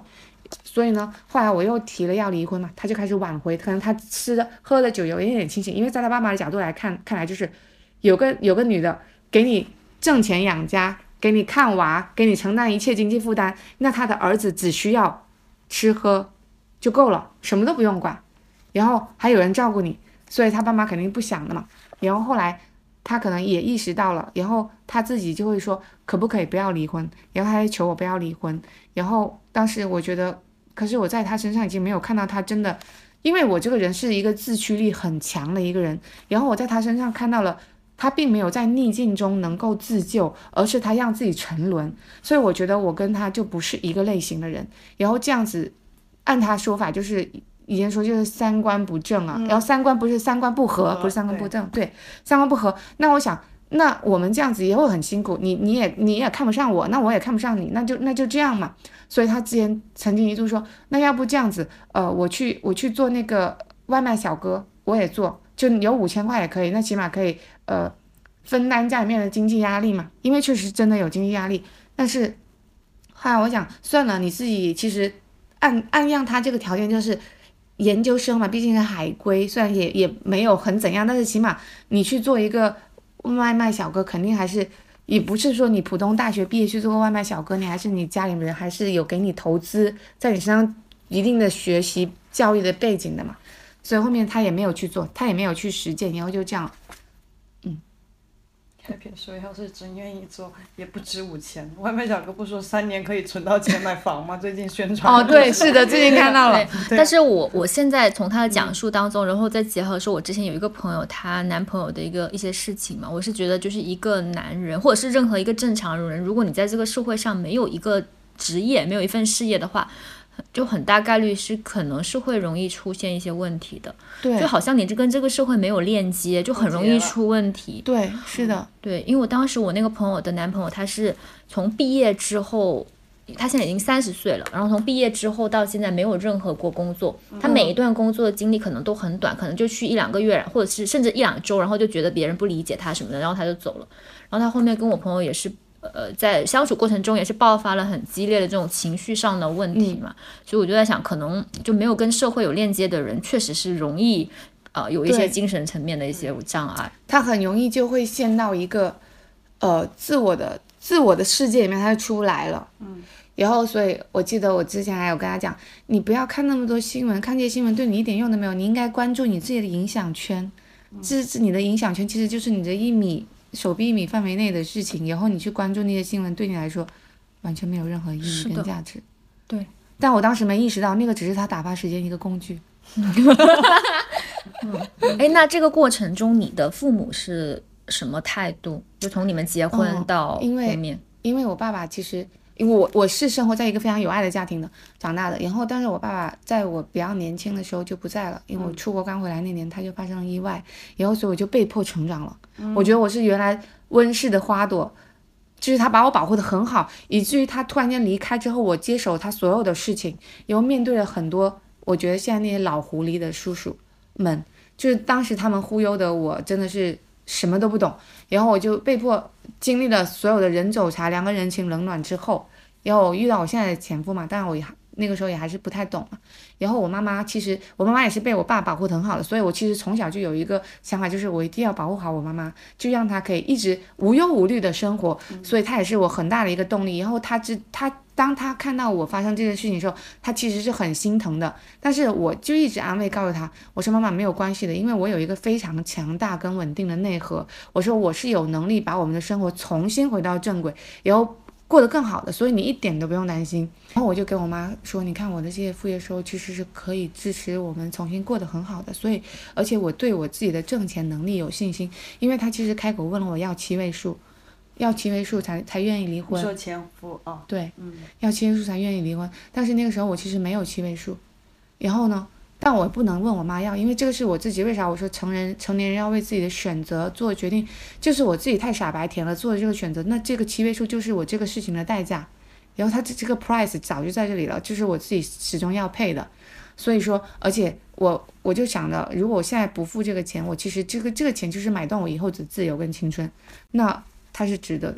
所以呢，后来我又提了要离婚嘛，他就开始挽回，可能他吃的喝的酒有一点清醒，因为在他爸妈的角度来看，看来就是有个有个女的给你挣钱养家，给你看娃，给你承担一切经济负担，那他的儿子只需要吃喝就够了，什么都不用管，然后还有人照顾你，所以他爸妈肯定不想的嘛。然后后来他可能也意识到了，然后他自己就会说可不可以不要离婚，然后他还求我不要离婚。然后当时我觉得，可是我在他身上已经没有看到他真的，因为我这个人是一个自驱力很强的一个人，然后我在他身上看到了他并没有在逆境中能够自救，而是他让自己沉沦，所以我觉得我跟他就不是一个类型的人。然后这样子按他说法就是以前说就是三观不正啊、嗯、然后三观不是三观不合、嗯、不是三观不正， 对, 对三观不合。那我想那我们这样子也会很辛苦，你你也你也看不上我，那我也看不上你，那就那就这样嘛。所以他之前曾经一度说，那要不这样子，呃，我去我去做那个外卖小哥，我也做，就有五千块也可以，那起码可以呃分担家里面的经济压力嘛，因为确实真的有经济压力。但是后来我想算了，你自己其实按按样他这个条件就是研究生嘛，毕竟是海归，虽然也也没有很怎样，但是起码你去做一个外卖小哥，肯定还是也不是说你普通大学毕业去做个外卖小哥，你还是你家里人还是有给你投资在你身上一定的学习教育的背景的嘛。所以后面他也没有去做，他也没有去实践，然后就这样。嗯， 开撇说要是真愿意做也不值五千，外卖小哥不说三年可以存到钱买房吗？最近宣传哦，对，是的，最近看到了。 但是我我现在从他的讲述当中、嗯、然后再结合说我之前有一个朋友她男朋友的一个一些事情嘛，我是觉得就是一个男人或者是任何一个正常人，如果你在这个社会上没有一个职业，没有一份事业的话，就很大概率是可能是会容易出现一些问题的。 对， 就好像你这跟这个社会没有链接，就很容易出问题。 对，是的、嗯、 对，因为我当时我那个朋友的男朋友他是从毕业之后，他现在已经三十岁了，然后从毕业之后到现在没有任何过工作，他每一段工作的经历可能都很短，可能就去一两个月，或者是甚至一两周，然后就觉得别人不理解他什么的，然后他就走了。然后他后面跟我朋友也是呃，在相处过程中也是爆发了很激烈的这种情绪上的问题嘛、嗯、所以我就在想，可能就没有跟社会有链接的人确实是容易呃有一些精神层面的一些障碍， 他很容易就会陷到一个呃自我的自我的世界里面，他就出不来了。嗯，然后所以我记得我之前还有跟他讲，你不要看那么多新闻，看这些新闻对你一点用都没有，你应该关注你自己的影响圈，这是你的影响圈其实就是你的一米手臂一米范围内的事情，然后你去关注那些新闻对你来说完全没有任何意义跟价值。 对， 但我当时没意识到那个只是他打发时间一个工具。 哎、嗯，那这个过程中你的父母是什么态度？就从你们结婚到后面、 嗯、因为因为我爸爸其实因为我我是生活在一个非常有爱的家庭的长大的，然后但是我爸爸在我比较年轻的时候就不在了，因为我出国刚回来那年他就发生了意外，然后所以我就被迫成长了、嗯、我觉得我是原来温室的花朵，就是他把我保护得很好，以至于他突然间离开之后，我接手他所有的事情，然后面对了很多我觉得现在那些老狐狸的叔叔们，就是当时他们忽悠的我真的是什么都不懂，然后我就被迫经历了所有的人走茶凉跟人情冷暖之后，然后我遇到我现在的前夫嘛，当然我也那个时候也还是不太懂嘛。然后我妈妈其实我妈妈也是被我爸保护得很好的，所以我其实从小就有一个想法，就是我一定要保护好我妈妈，就让她可以一直无忧无虑的生活，所以她也是我很大的一个动力。然后她知她当她看到我发生这件事情的时候，她其实是很心疼的，但是我就一直安慰告诉她，我说妈妈没有关系的，因为我有一个非常强大跟稳定的内核，我说我是有能力把我们的生活重新回到正轨，然后过得更好的，所以你一点都不用担心。然后我就跟我妈说，你看我的这些副业收入其实是可以支持我们重新过得很好的，所以而且我对我自己的挣钱能力有信心。因为他其实开口问了我要七位数，要七位数才才愿意离婚。 你说前夫哦， 对，嗯，要七位数才愿意离婚，但是那个时候我其实没有七位数，然后呢？但我不能问我妈要，因为这个是我自己。为啥我说成人成年人要为自己的选择做决定，就是我自己太傻白甜了做的这个选择，那这个七位数就是我这个事情的代价，然后它这这个 price 早就在这里了，就是我自己始终要配的。所以说，而且我我就想着，如果我现在不付这个钱，我其实这个这个钱就是买断我以后的自由跟青春，那它是值得的。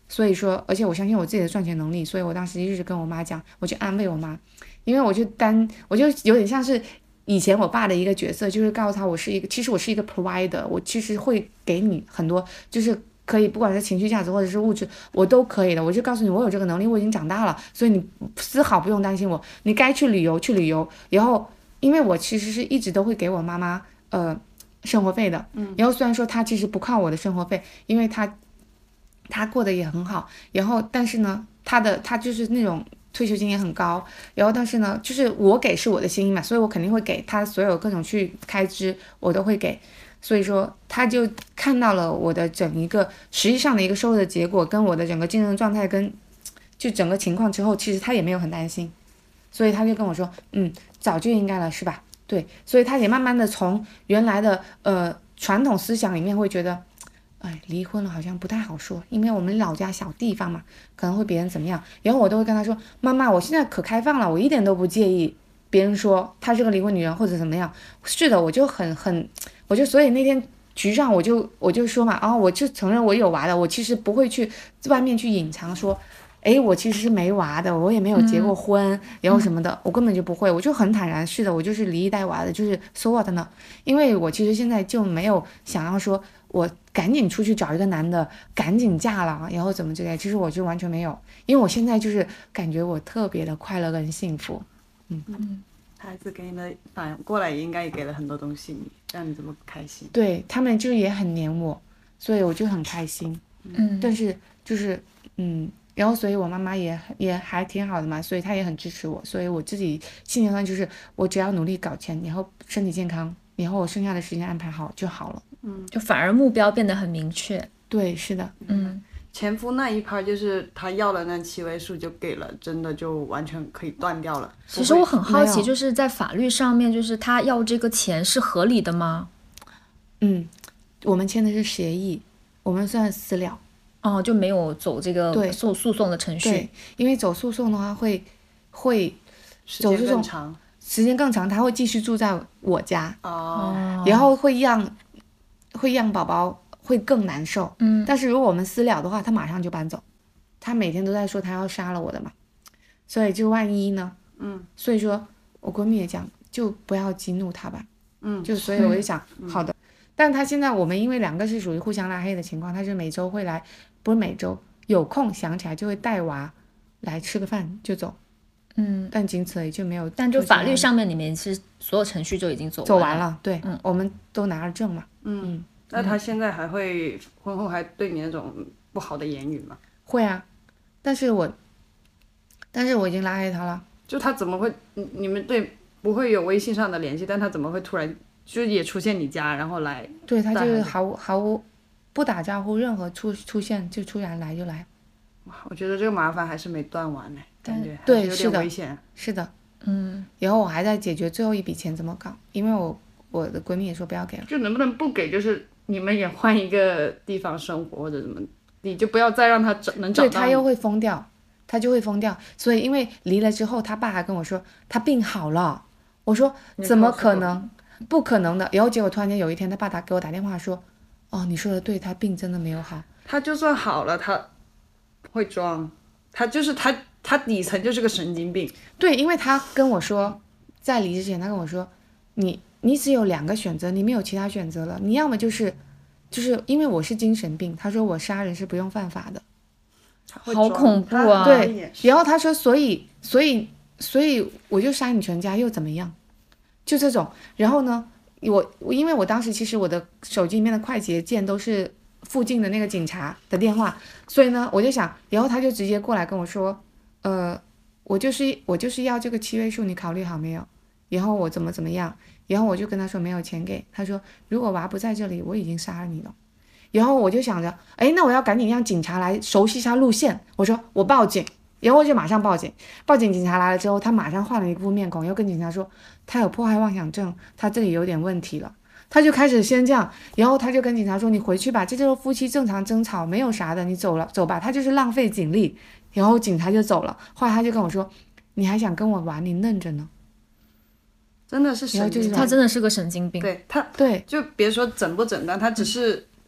所以说，而且我相信我自己的赚钱能力，所以我当时一直跟我妈讲，我就安慰我妈，因为我就担，我就有点像是以前我爸的一个角色，就是告诉他我是一个，其实我是一个 provider， 我其实会给你很多，就是可以不管是情绪价值或者是物质，我都可以的。我就告诉你，我有这个能力，我已经长大了，所以你丝毫不用担心我。你该去旅游去旅游，然后因为我其实是一直都会给我妈妈呃生活费的，嗯，然后虽然说她其实不靠我的生活费，因为她她过得也很好，然后但是呢，她的她就是那种退休金也很高，然后但是呢，就是我给是我的心意嘛，所以我肯定会给她所有各种去开支，我都会给。所以说他就看到了我的整一个实际上的一个收入的结果跟我的整个精神状态跟就整个情况之后，其实他也没有很担心，所以他就跟我说嗯早就应该了是吧，对，所以他也慢慢的从原来的呃传统思想里面会觉得哎离婚了好像不太好说，因为我们老家小地方嘛，可能会别人怎么样，然后我都会跟他说妈妈我现在可开放了，我一点都不介意别人说她是个离婚女人或者怎么样，是的，我就很很我就所以那天局上我就我就说嘛，哦，我就承认我有娃的，我其实不会去外面去隐藏说，哎，我其实是没娃的，我也没有结过婚，嗯、然后什么的，我根本就不会，我就很坦然，是的，我就是离异带娃的，就是 so what 呢？因为我其实现在就没有想要说我赶紧出去找一个男的，赶紧嫁了，然后怎么之类，其实我就完全没有，因为我现在就是感觉我特别的快乐跟幸福，嗯嗯。 孩子给你的反过来也应该也给了很多东西你，让你这么开心。 对，他们就是也很黏我，所以我就很开心。 嗯， 但是就是嗯，然后所以我妈妈也也还挺好的嘛，所以她也很支持我，所以我自己心里上就是我只要努力搞钱，然后身体健康，然后我剩下的时间安排好就好了。 嗯，就反而目标变得很明确。 对，是的。 嗯。 前夫那一 part 就是他要了那七位数就给了，真的就完全可以断掉了。 其实我很好奇，就是在法律上面，就是他要这个钱是合理的吗？ 嗯，我们签的是协议，我们算私了。 哦，就没有走这个诉诉讼的程序。 对，因为走诉讼的话会会走诉讼时间更长， 时间更长，他会继续住在我家， 哦， 然后会让会让宝宝。会更难受， 嗯， 但是如果我们私了的话，他马上就搬走，他每天都在说他要杀了我的嘛，所以就万一呢， 嗯， 所以说我闺蜜也讲，就不要激怒他吧， 嗯， 就所以我就想，嗯、好的，但他现在我们因为两个是属于互相拉黑的情况，他是每周会来，不是每周有空想起来就会带娃来吃个饭就走， 嗯， 但仅此而已，就没有， 但就法律上面里面是所有程序就已经走完走完了，对， 嗯， 我们都拿了证嘛， 嗯。嗯那他现在还会婚后还对你那种不好的言语吗？ 会啊，但是我，但是我已经拉黑他了。 就他怎么会，你你们对不会有微信上的联系，但他怎么会突然就也出现你家，然后来？ 对，他就是毫无毫无不打招呼，任何出出现就突然来就来。 哇，我觉得这个麻烦还是没断完呢，感觉还对， 是有点危险。 是的， 嗯。 然后我还在解决最后一笔钱怎么搞，因为我我的闺蜜也说不要给了。 就能不能不给，就是。你们也换一个地方生活或者怎么，你就不要再让他找能找到你。 对，他又会疯掉，他就会疯掉。所以因为离了之后，他爸还跟我说他病好了。我说怎么可能？不可能的。然后结果突然间有一天，他爸打给我打电话说，哦，你说的对，他病真的没有好。 他就算好了，他会装，他就是他，他底层就是个神经病。 对，因为他跟我说，在离之前，他跟我说，你。你只有两个选择，你没有其他选择了。你要么就是，就是因为我是精神病，他说我杀人是不用犯法的， 好恐怖啊！ 对，然后他说，所以，所以，所以我就杀你全家又怎么样？就这种。然后呢，我因为我当时其实我的手机里面的快捷键都是附近的那个警察的电话，所以呢，我就想，然后他就直接过来跟我说，呃，我就是我就是要这个七位数，你考虑好没有？然后我怎么怎么样？然后我就跟他说没有钱给，他说如果娃不在这里，我已经杀了你了。然后我就想着，哎，那我要赶紧让警察来熟悉一下路线。我说我报警，然后我就马上报警。报警，警察来了之后，他马上换了一副面孔，又跟警察说他有迫害妄想症，他这里有点问题了。他就开始先这样，然后他就跟警察说你回去吧，这就是夫妻正常争吵，没有啥的，你走了走吧。他就是浪费警力。然后警察就走了。后来他就跟我说，你还想跟我玩，你愣着呢。 真的是神经病， 他真的是个神经病。 对他， 对， 就别说诊不诊断，他只是、嗯、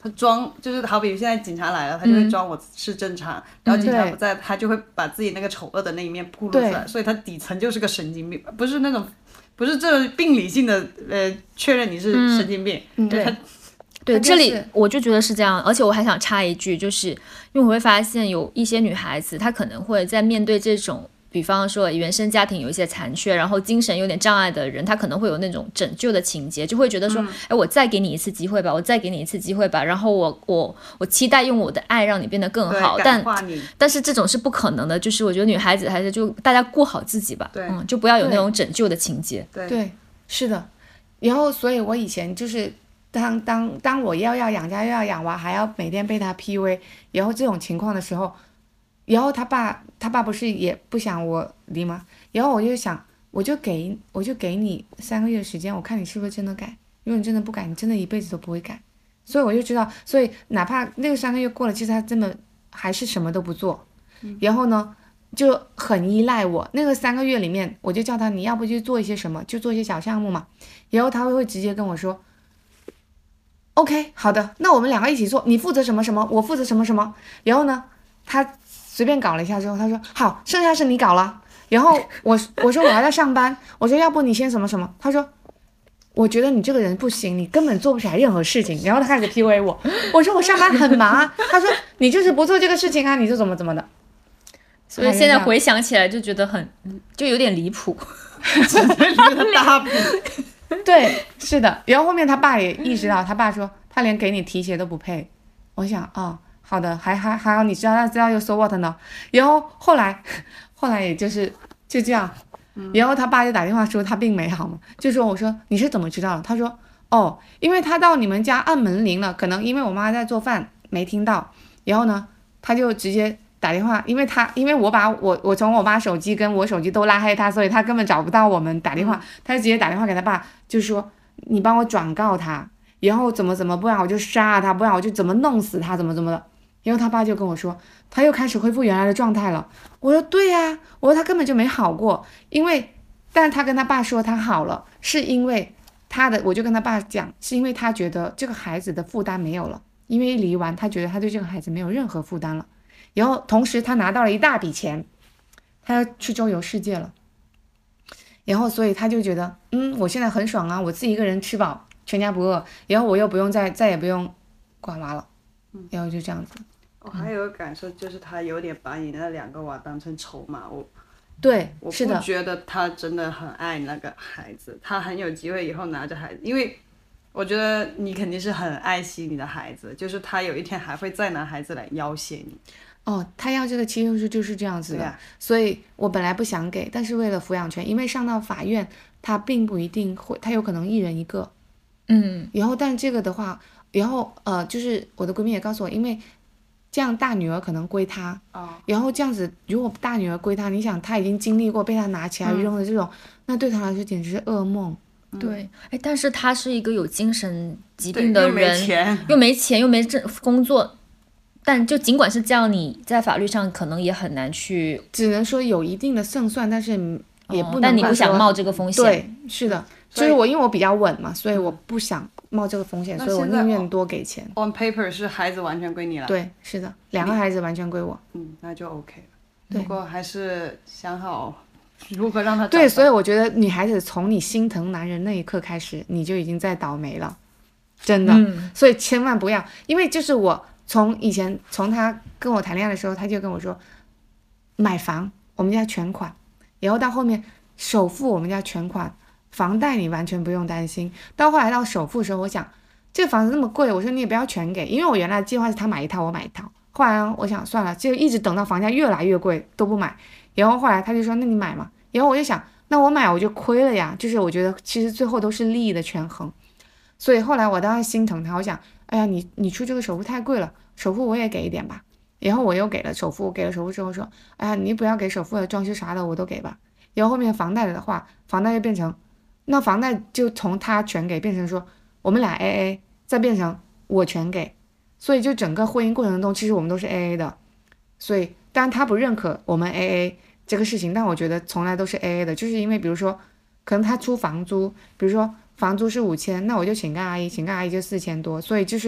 他装就是好比现在警察来了，他就会装我是正常，嗯、然后警察不在，他就会把自己那个丑恶的那一面暴露出来，所以他底层就是个神经病，不是那种不是这种病理性的呃确认你是神经病， 嗯、对。对，这里我就觉得是这样，而且我还想插一句，就是因为我会发现有一些女孩子，她可能会在面对这种，比方说原生家庭有一些残缺，然后精神有点障碍的人，她可能会有那种拯救的情节，就会觉得说，哎、嗯，我再给你一次机会吧，我再给你一次机会吧，然后我我我期待用我的爱让你变得更好，但但是这种是不可能的，就是我觉得女孩子还是就大家顾好自己吧， 对， 嗯，就不要有那种拯救的情节， 对对，是的，然后所以我以前就是。当当当我要要养家又要养娃，还要每天被他 P U A， 然后这种情况的时候，然后他爸他爸不是也不想我离吗？然后我就想，我就给我就给你三个月的时间，我看你是不是真的改。如果你真的不改，你真的一辈子都不会改。所以我就知道，所以哪怕那个三个月过了，其实他真的还是什么都不做，嗯、然后呢就很依赖我。那个三个月里面，我就叫他你要不就做一些什么，就做一些小项目嘛。然后他会会直接跟我说。OK， 好的，那我们两个一起做，你负责什么什么，我负责什么什么。然后呢，他随便搞了一下之后，他说好，剩下是你搞了。然后我我说我还在上班，我说要不你先什么什么。他说我觉得你这个人不行，你根本做不起来任何事情。然后他开始 P U A 我，我说我上班很忙啊。他说你就是不做这个事情啊，你就怎么怎么的。 所以现在回想起来就觉得很就有点离谱， 真的大谱。 对，是的。然后后面他爸也意识到，他爸说他连给你提鞋都不配。我想哦，好的，还还还好你知道，他知道又说 what 呢。然后后来后来也就是就这样，然后他爸就打电话说他病没好嘛，就说我说你是怎么知道的？他说哦，因为他到你们家按门铃了，可能因为我妈在做饭没听到，然后呢他就直接打电话，因为他因为我把我我从我妈手机跟我手机都拉黑他，所以他根本找不到我们打电话，他就直接打电话给他爸，就说你帮我转告他，然后怎么怎么，不然我就杀他，不然我就怎么弄死他，怎么怎么的。然后他爸就跟我说他又开始恢复原来的状态了。我说对呀、啊，我说他根本就没好过，因为但他跟他爸说他好了，是因为他的，我就跟他爸讲，是因为他觉得这个孩子的负担没有了，因为一离完他觉得他对这个孩子没有任何负担了。然后同时他拿到了一大笔钱，他要去周游世界了，然后所以他就觉得嗯我现在很爽啊，我自己一个人吃饱全家不饿，然后我又不用再再也不用管娃了，然后就这样子。 我、哦、还有个感受就是他有点把你那两个娃当成筹码。我对， 我是的， 不觉得他真的很爱那个孩子，他很有机会以后拿着孩子，因为我觉得你肯定是很爱惜你的孩子，就是他有一天还会再拿孩子来要挟你。 哦，他要这个其实就是这样子的、啊、所以我本来不想给，但是为了抚养权，因为上到法院他并不一定会，他有可能一人一个， 嗯， 然后但这个的话，然后呃就是我的闺蜜也告诉我，因为这样大女儿可能归他、哦、然后这样子如果大女儿归他，你想他已经经历过被他拿起来扔的这种、嗯、那对他来说简直是噩梦。 对，哎，但是他是一个有精神疾病的人， 又没钱又没钱又没工作，但就尽管是这样，你在法律上可能也很难去， 只能说有一定的胜算，但是也不能、哦、 但你不想冒这个风险。 对，是的，就是我因为我比较稳嘛，所以我不想冒这个风险，所以我宁愿多给钱。 On paper 是孩子完全归你了。 对，是的，两个孩子完全归我。 嗯，那就 OK 了。不过还是想好如何让他。 对，所以我觉得女孩子从你心疼男人那一刻开始，你就已经在倒霉了，真的。嗯、所以千万不要，因为就是我。从以前从他跟我谈恋爱的时候，他就跟我说买房我们家全款，然后到后面首付我们家全款，房贷你完全不用担心。到后来到首付的时候，我想这个房子那么贵，我说你也不要全给，因为我原来的计划是他买一套我买一套，后来我想算了，就一直等到房价越来越贵都不买。然后后来他就说那你买嘛，然后我就想那我买我就亏了呀，就是我觉得其实最后都是利益的权衡。所以后来我当时心疼他，我想哎呀你你出这个首付太贵了，首付我也给一点吧。然后我又给了首付，给了首付之后说哎呀你不要给首付的，装修啥的我都给吧。然后后面房贷的话，房贷就变成那房贷就从他全给变成说我们俩 A A， 再变成我全给。所以就整个婚姻过程中其实我们都是 A A 的。所以当然他不认可我们 A A 这个事情，但我觉得从来都是 A A 的，就是因为比如说可能他出房租，比如说房租是五千，那我就请个阿姨，请个阿姨就四千多，所以就是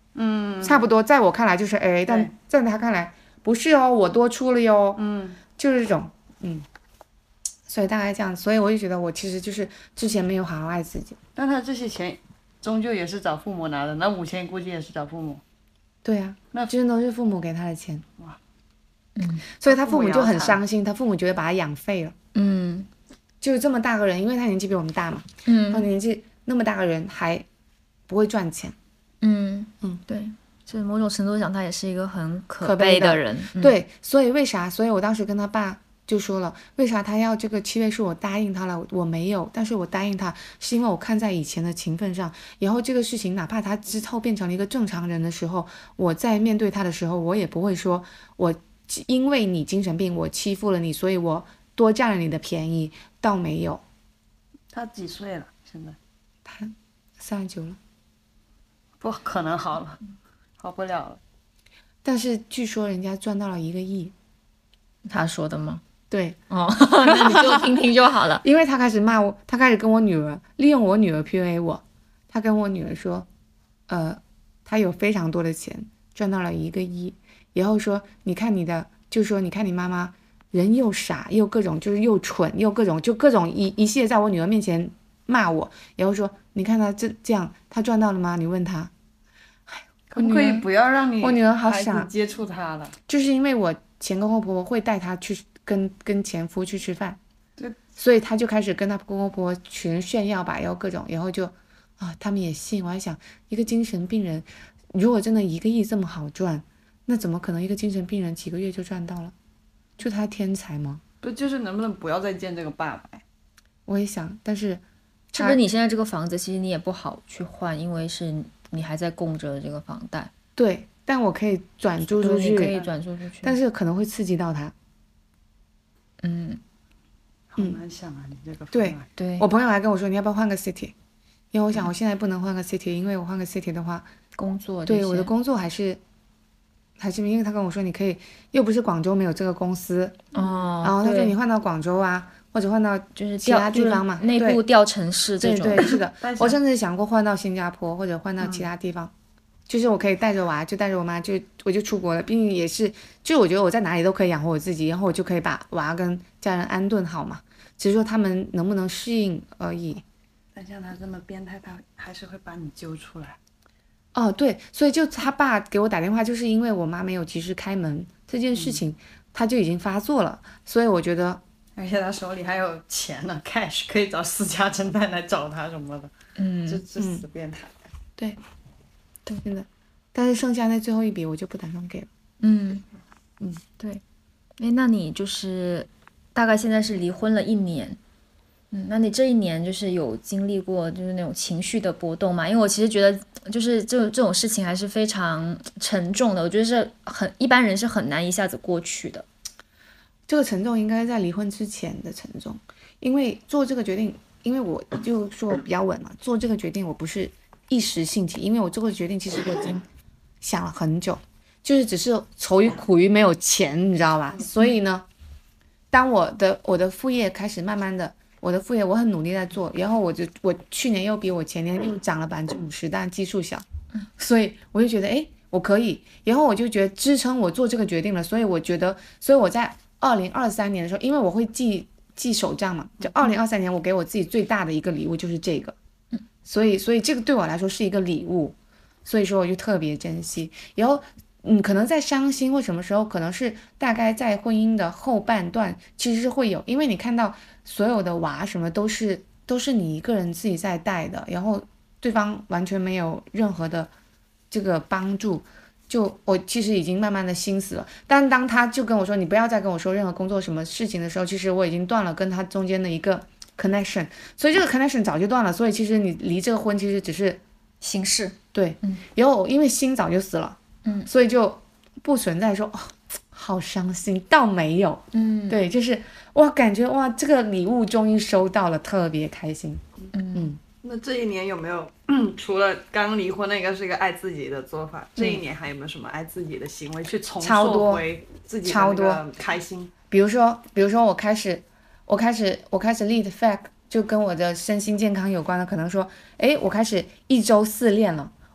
嗯， 差不多，在我看来就是 A A， 但在他看来不是哦，我多出了哟， 嗯， 就是这种，嗯，所以大概这样，所以我就觉得我其实就是之前没有好好爱自己。 但他这些钱终究也是找父母拿的，那五千估计也是找父母。 对啊， 那这都是父母给他的钱。 哇， 嗯，所以他父母就很伤心，他父母觉得把他养废了。 嗯， 就是这么大个人，因为他年纪比我们大嘛， 嗯， 他年纪那么大个人还不会赚钱。 嗯嗯， 对，就某种程度上，他也是一个很可可悲的人。 嗯、对，所以为啥？所以我当时跟他爸就说了，为啥他要这个七位数？我答应他了，我没有，但是我答应他是因为我看在以前的情分上，然后这个事情哪怕他之后变成了一个正常人的时候，我在面对他的时候，我也不会说我因为你精神病，我欺负了你，所以我多占了你的便宜，倒没有。 他几岁了？现在？ 他三十九了。 不可能好了，好不了了。 但是据说人家赚到了一个亿。 他说的吗？ 对， 哦，那你就听听就好了。 因为他开始骂我，他开始跟我女儿利用我女儿 P U A 我，他跟我女儿说，呃，他有非常多的钱，赚到了一个亿，然后说你看你的，就说你看你妈妈人又傻又各种就是又蠢又各种就各种一一系列在我女儿面前骂我，然后说你看他这这样，他赚到了吗？你问他。 可不可以不要让你我女儿好傻接触他了？ 就是因为我前公公婆婆会带她去跟跟前夫去吃饭， 对， 所以她就开始跟她公公婆婆群炫耀吧，然后各种，然后就啊，他们也信。我还想，一个精神病人，如果真的一个亿这么好赚，那怎么可能一个精神病人几个月就赚到了？就他天才吗？ 不就是能不能不要再见这个爸爸？ 我也想，但是是不是你现在这个房子其实你也不好去换，因为是你还在供着这个房贷。 对，但我可以转租出去， 可以转租出去， 但是可能会刺激到他。 嗯， 好难想啊，你这个对对， 我朋友还跟我说，你要不要换个 city？ 因为我想我现在不能换个 city， 因为我换个 city 的话， 工作对我的工作还是还是因为他跟我说，你可以又不是广州没有这个公司哦， 然后他说你换到广州啊，或者换到就是其他地方嘛， 就是、内部调城市这种。 对对是的，我甚至想过换到新加坡或者换到其他地方。嗯，就是我可以带着娃，就带着我妈，就我就出国了，并且也是，就我觉得我在哪里都可以养活我自己，然后我就可以把娃跟家人安顿好嘛，只是说他们能不能适应而已。 但像他这么变态，他还是会把你揪出来。 哦，对，所以就他爸给我打电话，就是因为我妈没有及时开门这件事情，嗯、他就已经发作了，所以我觉得， 而且他手里还有钱呢 ，cash 可以找私家侦探来找他什么的， 嗯， 这这死变态。 嗯、对。真的，但是剩下那最后一笔我就不打算给了。 嗯嗯，对。哎，那你就是大概现在是离婚了一年，嗯，那你这一年就是有经历过就是那种情绪的波动吗？因为我其实觉得就是这这种事情还是非常沉重的，我觉得是很一般人是很难一下子过去的。 这个沉重应该在离婚之前的沉重，因为做这个决定，因为我就说我比较稳嘛，做这个决定我不是一时兴起，因为我做过决定，其实我已经想了很久，就是只是愁于苦于没有钱，你知道吧？所以呢，当我的我的副业开始慢慢的，我的副业我很努力在做，然后我就我去年又比我前年又涨了百分之五十，但基数小，所以我就觉得哎我可以，然后我就觉得支撑我做这个决定了，所以我觉得，所以我在二零二三年的时候，因为我会记记手账嘛，就二零二三年我给我自己最大的一个礼物就是这个。所以，所以这个对我来说是一个礼物，所以说我就特别珍惜。然后，嗯，可能在伤心或什么时候，可能是大概在婚姻的后半段，其实是会有，因为你看到所有的娃什么都是都是你一个人自己在带的，然后对方完全没有任何的这个帮助，就我其实已经慢慢的心死了。但当他就跟我说你不要再跟我说任何工作什么事情的时候，其实我已经断了跟他中间的一个connection， 所以这个 connection 早就断了，所以其实你离这个婚其实只是形式， 对， 嗯， 然后因为心早就死了， 嗯， 所以就不存在说哦，好伤心，倒没有， 嗯， 对，就是哇，感觉哇，这个礼物终于收到了，特别开心， 嗯嗯。 那这一年有没有，嗯、除了刚离婚那个是一个爱自己的做法，嗯、这一年还有没有什么爱自己的行为去重塑回自己的那个开心？ 比如说，比如说我开始。我开始，我开始 lead fact 就跟我的身心健康有关的，可能说，哎，我开始一周四练了，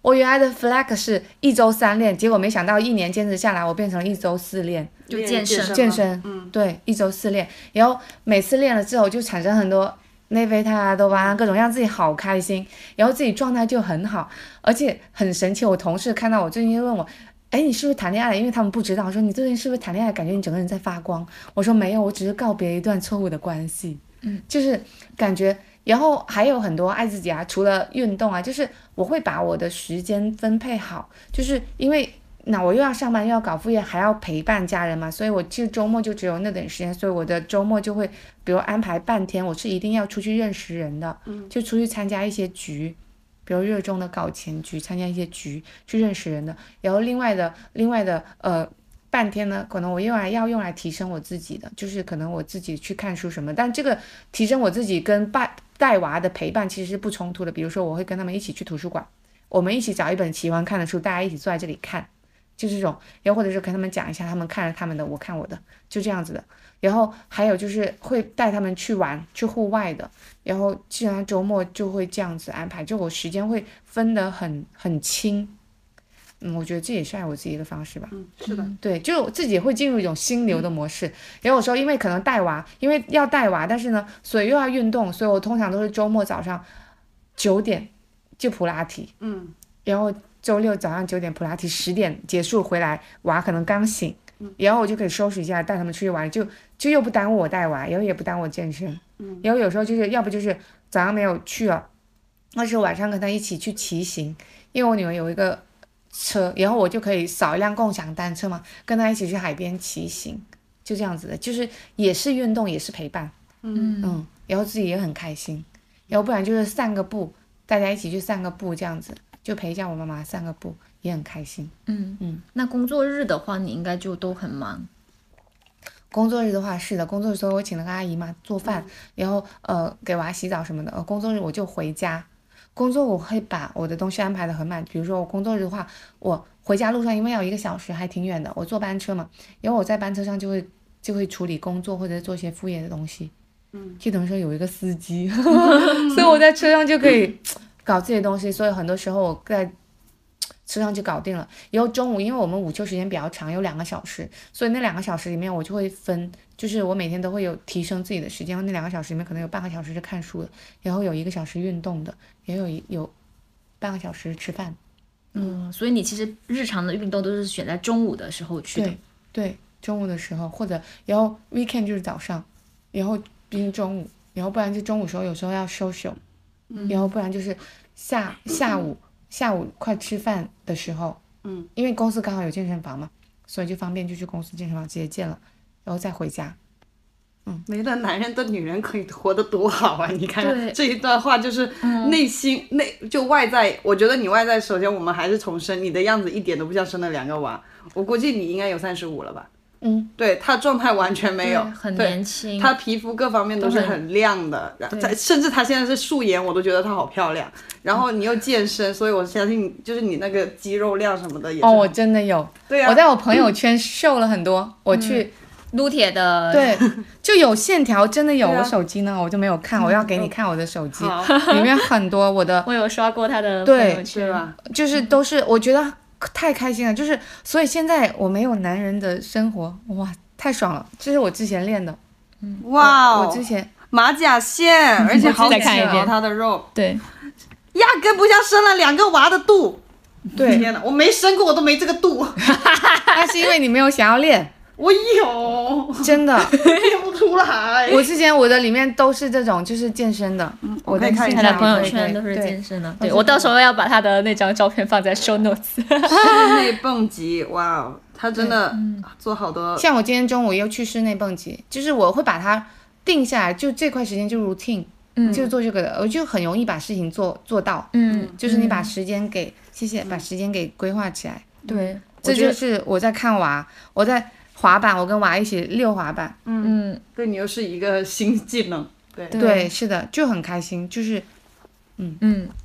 我原来的 flag 是一周三练，结果没想到一年坚持下来，我变成了一周四练， 就健身健身， 嗯， 对，一周四练，然后每次练了之后就产生很多内啡肽啊、多巴胺，各种让自己好开心，然后自己状态就很好，而且很神奇。我同事看到我最近就问我，哎，你是不是谈恋爱了？因为他们不知道，说你最近是不是谈恋爱？感觉你整个人在发光。我说没有，我只是告别一段错误的关系。 嗯， 就是感觉。然后还有很多爱自己啊，除了运动啊，就是我会把我的时间分配好，就是因为那我又要上班又要搞副业，还要陪伴家人嘛，所以我其实周末就只有那点时间，所以我的周末就会比如安排半天，我是一定要出去认识人的， 嗯， 就出去参加一些局，比如热衷的搞钱局，参加一些局去认识人的，然后另外的另外的呃。半天呢，可能我用来要用来提升我自己的，就是可能我自己去看书什么，但这个提升我自己跟带带娃的陪伴其实是不冲突的。比如说我会跟他们一起去图书馆，我们一起找一本喜欢看的书，大家一起坐在这里看，就这种，然后或者是跟他们讲一下，他们看了他们的，我看我的，就这样子的。然后还有就是会带他们去玩，去户外的，然后基本上周末就会这样子安排，就我时间会分得很很清。嗯，我觉得这也是爱我自己的方式吧。 嗯，是的， 对，就我自己会进入一种心流的模式。然后有时候因为可能带娃，因为要带娃，但是呢，所以又要运动，所以我通常都是周末早上九点就普拉提， 嗯， 然后周六早上九点普拉提，十点结束回来，娃可能刚醒， 嗯， 然后我就可以收拾一下，带他们出去玩，就就又不耽误我带娃，然后也不耽误我健身。 嗯， 然后有时候就是要不就是早上没有去了，或是晚上跟他一起去骑行，因为我女儿有一个车，然后我就可以扫一辆共享单车嘛，跟他一起去海边骑行，就这样子的，就是也是运动，也是陪伴， 嗯嗯，然后自己也很开心，然后不然就是散个步，大家一起去散个步，这样子就陪一下我妈妈散个步，也很开心。 嗯嗯， 那工作日的话，你应该就都很忙。 工作日的话是的，工作日的时候我请了个阿姨嘛做饭，然后呃给娃洗澡什么的，呃工作日我就回家。工作我会把我的东西安排的很满，比如说我工作日的话，我回家路上因为要一个小时还挺远的，我坐班车嘛，然后我在班车上就会就会处理工作或者做一些副业的东西， 嗯， 就等于说有一个司机，所以我在车上就可以搞这些东西，所以很多时候我在车上就搞定了。然后中午因为我们午休时间比较长，有两个小时，所以那两个小时里面我就会分，就是我每天都会有提升自己的时间，那两个小时里面可能有半个小时是看书的，然后有一个小时运动的，也有一有半个小时吃饭。 嗯，所以你其实日常的运动都是选在中午的时候去的。 对对，中午的时候或者然后 weekend 就是早上，然后毕竟中午，然后不然就中午时候有时候要 social， 嗯， 然后不然就是下下午下午快吃饭的时候， 嗯， 因为公司刚好有健身房嘛，所以就方便就去公司健身房直接健了，然后再回家。嗯， 没的男人的女人可以活得多好啊！你看对这一段话就是内心、 嗯、 内就外在，我觉得你外在首先我们还是重申你的样子一点都不像生了两个娃，我估计你应该有三十五了吧？ 嗯， 对，他状态完全没有， 很年轻， 他皮肤各方面都是很亮的，甚至他现在是素颜，我都觉得他好漂亮。然后你又健身，所以我相信你就是你那个肌肉量什么的也是。 哦，我真的有， 对啊， 我在我朋友圈瘦了很多，我去。嗯撸铁的， 对，就有线条，真的有。 啊、 我手机呢，我就没有看，我要给你看我的手机，里面很多我的。 我有刷过他的朋友圈， 吧？就是都是，我觉得太开心了，就是所以现在我没有男人的生活，哇，太爽了！这是我之前练的， 嗯， 哇哦， 我之前马甲线，而且好看一遍他的肉， 对， 压根不像生了两个娃的肚。 对， 天哪，我没生过，我都没这个肚。 那是因为你没有想要练。 我有， 真的练不出来。 我之前我的里面都是这种，就是健身的。 嗯，我可以看一下他的朋友圈都是健身的。对，我到时候要把他的那张照片放在 show notes。 室内蹦极，哇哦，他真的做好多。 像我今天中午又去室内蹦极，就是我会把它定下来，就这块时间就 routine，嗯，就做这个的，我就很容易把事情做做到。 嗯， 就是你把时间给，谢谢，把时间给规划起来。 对， 这就是我在看娃，我在。滑板，我跟娃一起溜滑板， 嗯，对你又是一个新技能，对对，是的，就很开心，就是，嗯嗯，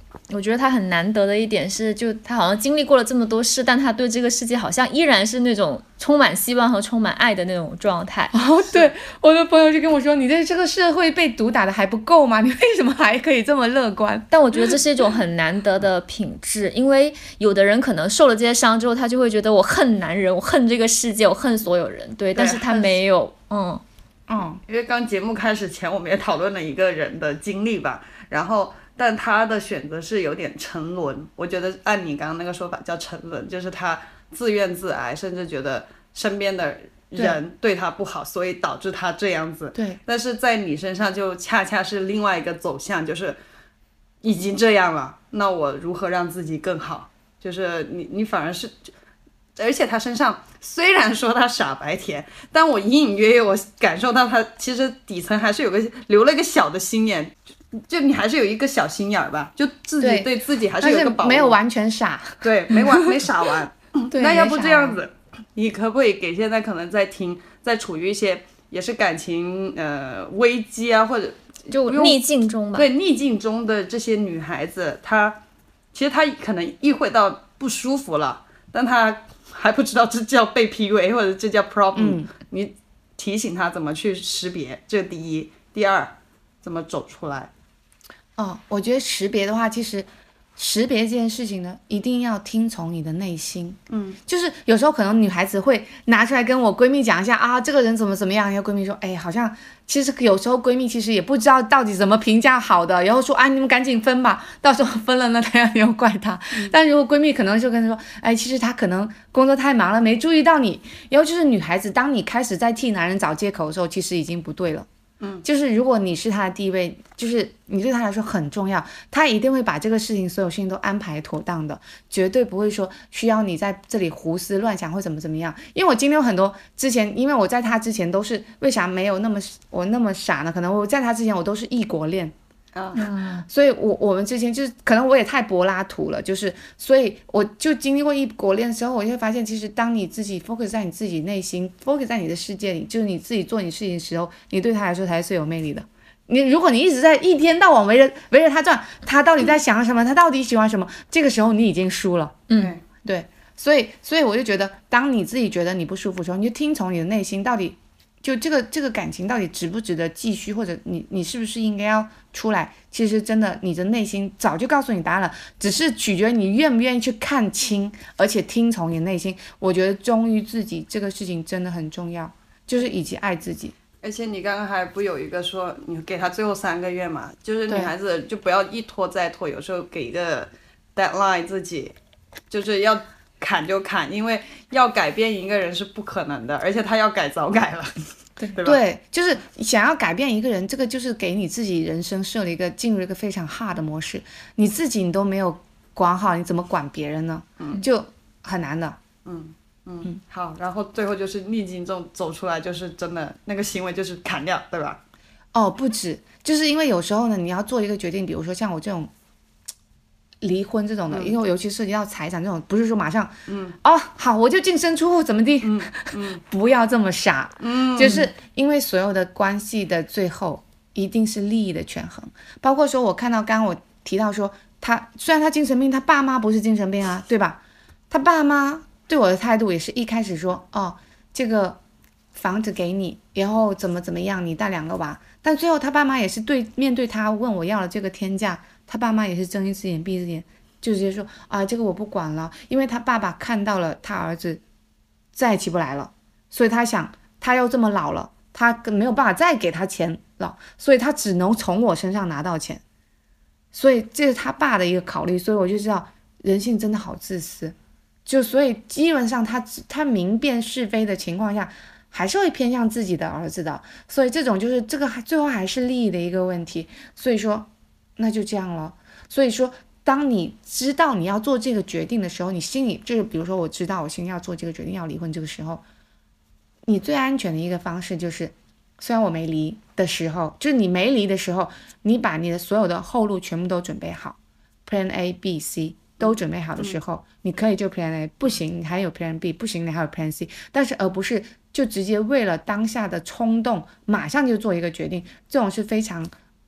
我觉得他很难得的一点是，就他好像经历过了这么多事，但他对这个世界好像依然是那种充满希望和充满爱的那种状态。 哦，对，我的朋友就跟我说，你在这个社会被毒打的还不够吗？你为什么还可以这么乐观？ 但我觉得这是一种很难得的品质，因为有的人可能受了这些伤之后，他就会觉得我恨男人，我恨这个世界，我恨所有人，对， 对但是他没有，嗯嗯， 因为刚节目开始前我们也讨论了一个人的经历吧，然后但他的选择是有点沉沦，我觉得按你刚刚那个说法叫沉沦，就是他自怨自艾，甚至觉得身边的人对他不好，所以导致他这样子。 对， 但是在你身上就恰恰是另外一个走向，就是已经这样了，那我如何让自己更好？就是你你反而是。而且他身上虽然说他傻白甜，但我隐隐约约我感受到他其实底层还是有个留了一个小的心眼，就你还是有一个小心眼吧，就自己对自己还是有一个保护， 没有完全傻， 对，没完没傻完。 对， 那要不这样子，你可不可以给现在可能在听，在处于一些也是感情呃危机啊，或者就逆境中吧， 对逆境中的这些女孩子，她其实她可能意会到不舒服了，但她还不知道这叫被 P U A 或者这叫 problem、嗯、你提醒他怎么去识别，这第一，第二怎么走出来。 哦，我觉得识别的话，其实识别这件事情呢，一定要听从你的内心。嗯，就是有时候可能女孩子会拿出来跟我闺蜜讲一下啊，这个人怎么怎么样，然后闺蜜说，哎，好像其实有时候闺蜜其实也不知道到底怎么评价好的，然后说啊，你们赶紧分吧，到时候分了呢，大家又怪她、嗯。但如果闺蜜可能就跟她说，哎，其实她可能工作太忙了，没注意到你。然后就是女孩子，当你开始在替男人找借口的时候，其实已经不对了。嗯，就是如果你是他的地位，就是你对他来说很重要，他一定会把这个事情所有事情都安排妥当的，绝对不会说需要你在这里胡思乱想或怎么怎么样。因为我经历有很多之前，因为我在他之前都是为啥没有那么我那么傻呢？可能我在他之前我都是异国恋。啊、嗯，所以我我们之前就是可能我也太柏拉图了，就是所以我就经历过异国恋之后，我就会发现，其实当你自己 focus 在你自己内心 ，focus 在你的世界里，就是你自己做你事情的时候，你对他来说才是最有魅力的。你如果你一直在一天到晚围着围着他转，他到底在想什么？他到底喜欢什么？这个时候你已经输了。嗯，对，所以所以我就觉得，当你自己觉得你不舒服的时候，你就听从你的内心，到底就这个这个感情到底值不值得继续，或者你你是不是应该要出来？其实真的，你的内心早就告诉你答案了，只是取决于你愿不愿意去看清，而且听从你的内心。我觉得忠于自己这个事情真的很重要，就是以及爱自己。 而且你刚刚还不有一个说你给他最后三个月嘛，就是女孩子就不要一拖再拖，有时候给一个 deadline 自己，就是要砍就砍，因为要改变一个人是不可能的，而且他要改早改了。对, 对, 对，就是想要改变一个人，这个就是给你自己人生设了一个进入一个非常 hard 的模式，你自己你都没有管好，你怎么管别人呢？嗯，就很难的。 嗯 嗯, 嗯，好，然后最后就是逆境中走出来，就是真的那个行为就是砍掉，对吧？ 哦，不止，就是因为有时候呢，你要做一个决定，比如说像我这种离婚这种的、嗯、因为尤其涉及到财产这种，不是说马上嗯哦好我就净身出户怎么地，嗯嗯，不要这么傻，嗯，就是因为所有的关系的最后一定是利益的权衡，包括说我看到刚刚我提到说他虽然他精神病，他爸妈不是精神病啊，对吧？他爸妈对我的态度也是一开始说哦这个房子给你，然后怎么怎么样，你带两个娃，但最后他爸妈也是对面对他问我要了这个天价，他爸妈也是睁一只眼闭一只眼，就直接说啊这个我不管了，因为他爸爸看到了他儿子再起不来了，所以他想他又这么老了，他没有办法再给他钱了，所以他只能从我身上拿到钱，所以这是他爸的一个考虑，所以我就知道人性真的好自私，就所以基本上他他明辨是非的情况下还是会偏向自己的儿子的，所以这种就是这个最后还是利益的一个问题，所以说那就这样了。所以说当你知道你要做这个决定的时候，你心里就是比如说我知道我心里要做这个决定要离婚，这个时候你最安全的一个方式就是虽然我没离的时候，就是你没离的时候，你把你的所有的后路全部都准备好 Plan A B C 都准备好的时候、嗯、你可以就 Plan A 不行你还有 Plan B 不行你还有 Plan C， 但是而不是就直接为了当下的冲动马上就做一个决定，这种是非常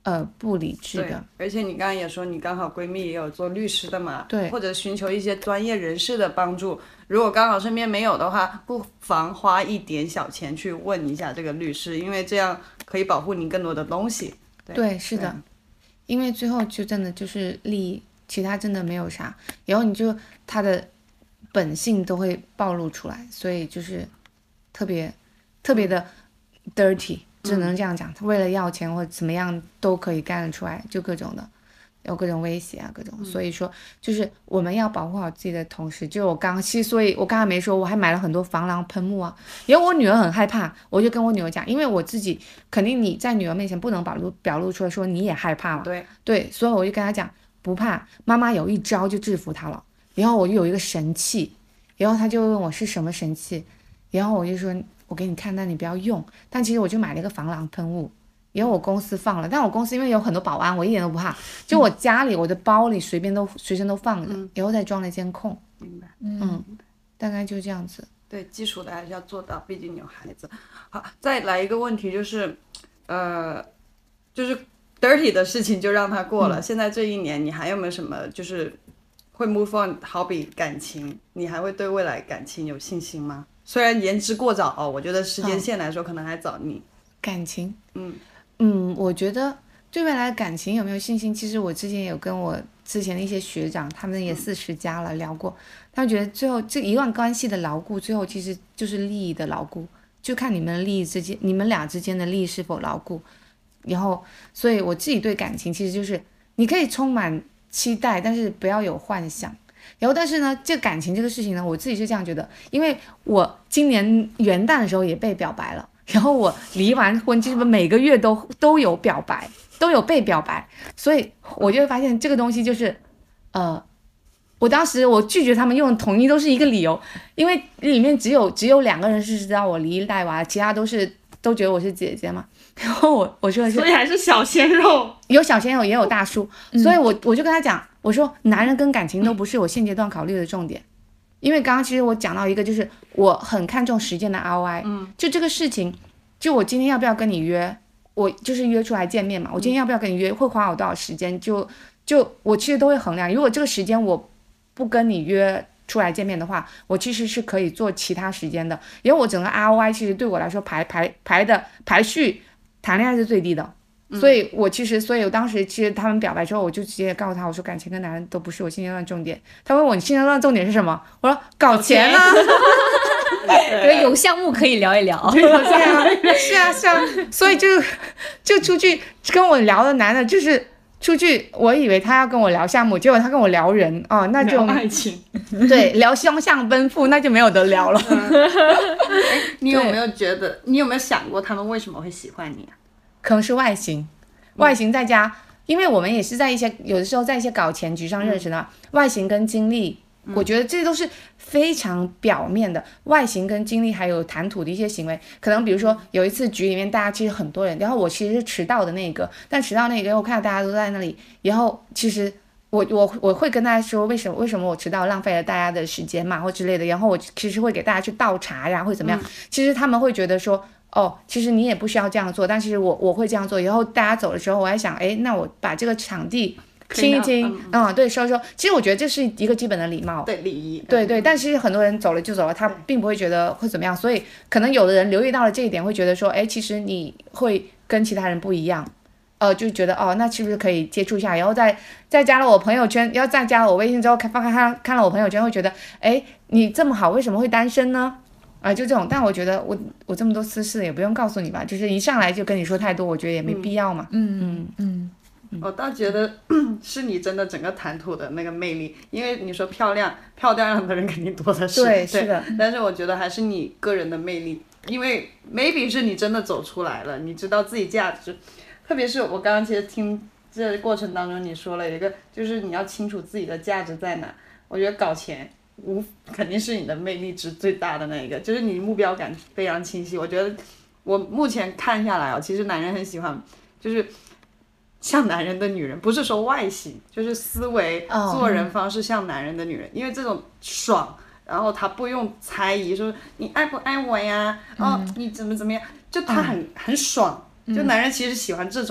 呃不理智的。 而且你刚刚也说你刚好闺蜜也有做律师的嘛， 对， 或者寻求一些专业人士的帮助，如果刚好身边没有的话，不妨花一点小钱去问一下这个律师，因为这样可以保护你更多的东西。 对, 对是的，因为最后就真的就是利益，其他真的没有啥，然后你就他的本性都会暴露出来，所以就是特别特别的 dirty， 只能这样讲，他为了要钱或者怎么样都可以干得出来，就各种的有各种威胁啊各种、嗯、所以说就是我们要保护好自己的同时，就我刚其实所以我刚才没说我还买了很多防狼喷雾啊，因为我女儿很害怕，我就跟我女儿讲，因为我自己肯定你在女儿面前不能表露表露出来说你也害怕嘛， 对对，所以我就跟她讲不怕，妈妈有一招就制服她了，然后我就有一个神器，然后她就问我是什么神器，然后我就说我给你看但你不要用，但其实我就买了一个防狼喷雾，然后我公司放了，但我公司因为有很多保安我一点都不怕，就我家里我的包里随便都随身都放着、嗯、然后再装了监控。 明白， 嗯，大概就这样子。 对，基础的还是要做到，毕竟有孩子。好，再来一个问题就是呃就是 dirty 的事情就让它过了、嗯、现在这一年你还有没有什么就是会 move on， 好比感情，你还会对未来感情有信心吗？虽然言之过早哦，我觉得时间线来说可能还早。你感情， 嗯嗯，我觉得对未来感情有没有信心，其实我之前也有跟我之前的一些学长，他们也四十加了、嗯、聊过，他们觉得最后这一段关系的牢固，最后其实就是利益的牢固，就看你们利益之间，你们俩之间的利益是否牢固。然后，所以我自己对感情其实就是你可以充满期待，但是不要有幻想。然后但是呢这感情这个事情呢，我自己是这样觉得，因为我今年元旦的时候也被表白了，然后我离完婚基本每个月都都有表白，都有被表白，所以我就会发现这个东西就是呃我当时我拒绝他们用的统一都是一个理由，因为里面只有只有两个人是知道我离带娃，其他都是都觉得我是姐姐嘛，然后我我说的是， 所以还是小鲜肉， 有小鲜肉也有大叔、嗯、所以我我就跟他讲，我说男人跟感情都不是我现阶段考虑的重点、嗯、因为刚刚其实我讲到一个就是我很看重时间的 R O I、嗯、就这个事情，就我今天要不要跟你约，我就是约出来见面嘛，我今天要不要跟你约、嗯、会花我多少时间，就就我其实都会衡量，如果这个时间我不跟你约出来见面的话，我其实是可以做其他时间的，因为我整个 R O I 其实对我来说排排排的排序谈恋爱是最低的、嗯、所以我其实所以我当时其实他们表白之后，我就直接告诉他，我说感情跟男人都不是我现阶段重点。他问我你现阶段重点是什么，我说搞钱啊有项目可以聊一聊对啊是啊是啊，所以就就出去跟我聊的男的就是出去，我以为他要跟我聊项目，结果他跟我聊人哦，那就聊爱情对，聊双向奔赴，那就没有得聊了、嗯、 你有没有觉得你有没有想过他们为什么会喜欢你啊？ 可能是外形，外形再加、嗯、因为我们也是在一些有的时候在一些搞钱局上认识的、嗯、外形跟经历、嗯、我觉得这都是非常表面的，外形跟经历还有谈吐的一些行为，可能比如说有一次局里面大家其实很多人，然后我其实是迟到的那个，但迟到那个我看到大家都在那里，然后其实我我我会跟大家说为什么为什么我迟到，浪费了大家的时间嘛或之类的，然后我其实会给大家去倒茶呀或怎么样、嗯、其实他们会觉得说哦其实你也不需要这样做，但其实我我会这样做，然后大家走的时候我还想哎那我把这个场地清一清，嗯, 嗯对收收，其实我觉得这是一个基本的礼貌， 对礼仪， 对对，但是很多人走了就走了，他并不会觉得会怎么样，所以可能有的人留意到了这一点，会觉得说哎其实你会跟其他人不一样，呃就觉得哦那是不是可以接触一下，然后再再加了我朋友圈，要再加了我微信之后看看看看了我朋友圈，会觉得哎你这么好为什么会单身呢啊、呃、就这种，但我觉得我我这么多私事也不用告诉你吧，就是一上来就跟你说太多，我觉得也没必要嘛。 嗯嗯嗯我倒觉得是你真的整个谈吐的那个魅力，因为你说漂亮漂亮的人肯定多的是， 对是的， 但是我觉得还是你个人的魅力，因为 maybe 是你真的走出来了，你知道自己价值，特别是我刚刚其实听这个过程当中你说了一个就是你要清楚自己的价值在哪，我觉得搞钱无肯定是你的魅力值最大的那一个，就是你目标感非常清晰。我觉得我目前看下来啊，其实男人很喜欢就是像男人的女人，不是说外形，就是思维、oh. 做人方式像男人的女人，因为这种爽，然后他不用猜疑说你爱不爱我呀、嗯、哦你怎么怎么样，就他很、嗯、很爽，就男人其实喜欢这种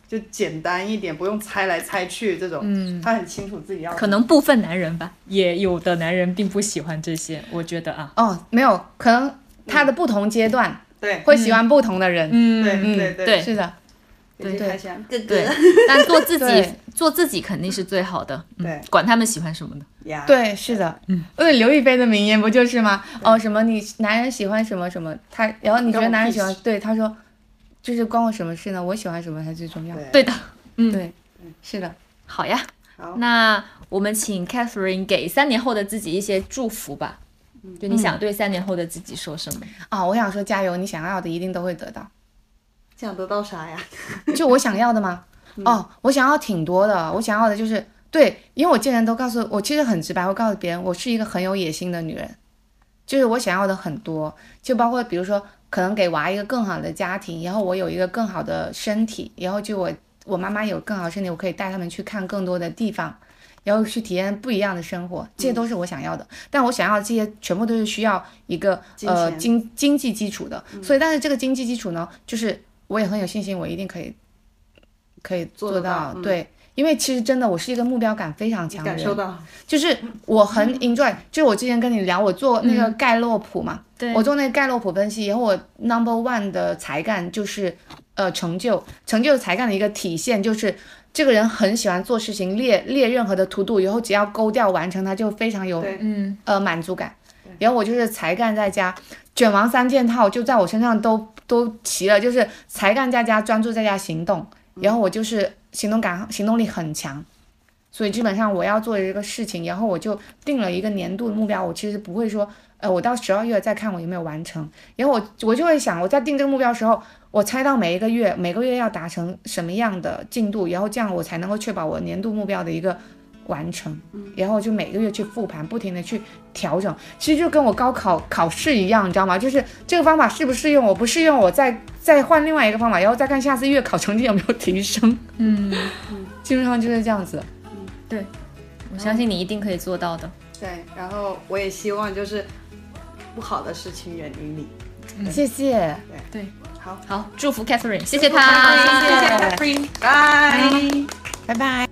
就简单一点，不用猜来猜去这种。嗯，他很清楚自己要。 可能部分男人吧，也有的男人并不喜欢这些，我觉得啊。 哦，没有，可能他的不同阶段， 对， 会喜欢不同的人。 嗯， 对对对对， 是的。 对对，还喜欢哥哥。 对，但做自己，做自己肯定是最好的。 对、 嗯，管他们喜欢什么的。 Yeah. 对，是的。嗯，因为刘亦菲的名言不就是吗？哦，什么你男人喜欢什么什么，他然后你觉得男人喜欢，对，他说，就是关我什么事呢？我喜欢什么才最重要。 对的。 嗯，对，是的。 好呀。 好， 那我们请 Catherine 给三年后的自己一些祝福吧。就你想对三年后的自己说什么？ 啊、嗯哦，我想说加油，你想要的一定都会得到。 想得到啥呀？ 就我想要的吗？嗯、哦，我想要挺多的。我想要的就是对，因为我见人都告诉我，其实很直白，我告诉别人，我是一个很有野心的女人，就是我想要的很多，就包括比如说，可能给娃一个更好的家庭，然后我有一个更好的身体，然后就我我妈妈有更好的身体，我可以带他们去看更多的地方，然后去体验不一样的生活，这些都是我想要的。嗯、但我想要的这些全部都是需要一个呃经经济基础的，嗯、所以但是这个经济基础呢，就是我也很有信心，我一定可以可以做到。 做到嗯、 对，因为其实真的我是一个目标感非常强的人， 感受到， 就是我很 enjoy，、嗯、就是我之前跟你聊，我做那个盖洛普嘛， 嗯、 我做那个盖洛普分析，然后我 number one 的才干就是呃成就，成就才干的一个体现就是这个人很喜欢做事情，列列任何的图度，以后只要勾掉完成，他就非常有嗯呃满足感。然后我就是才干在家，卷王三件套就在我身上都都齐了，就是才干在家，专注在家行动。然后我就是行动感、行动力很强，所以基本上我要做的这个事情，然后我就定了一个年度的目标。我其实不会说，呃，我到十二月再看我有没有完成。然后我我就会想，我在定这个目标的时候，我猜到每一个月每个月要达成什么样的进度，然后这样我才能够确保我年度目标的一个完成。然后就每个月去复盘，不停的去调整。其实就跟我高考考试一样，你知道吗？就是这个方法适不适用，我不适用，我再再换另外一个方法，然后再看下次月考成绩有没有提升。 嗯， 基本上就是这样子。 嗯，对，我相信你一定可以做到的。 对，然后我也希望就是不好的事情远离你。 嗯、谢谢。 对对， 好好，祝福 Catherine， 谢谢她， 谢谢 Catherine， 拜拜拜。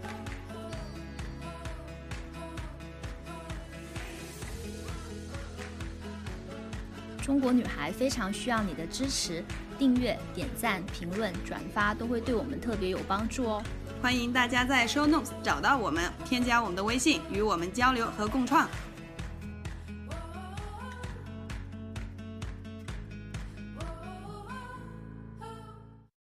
中国女孩非常需要你的支持，订阅、点赞、评论、转发都会对我们特别有帮助哦。 欢迎大家在 show notes 找到我们，添加我们的微信，与我们交流和共创。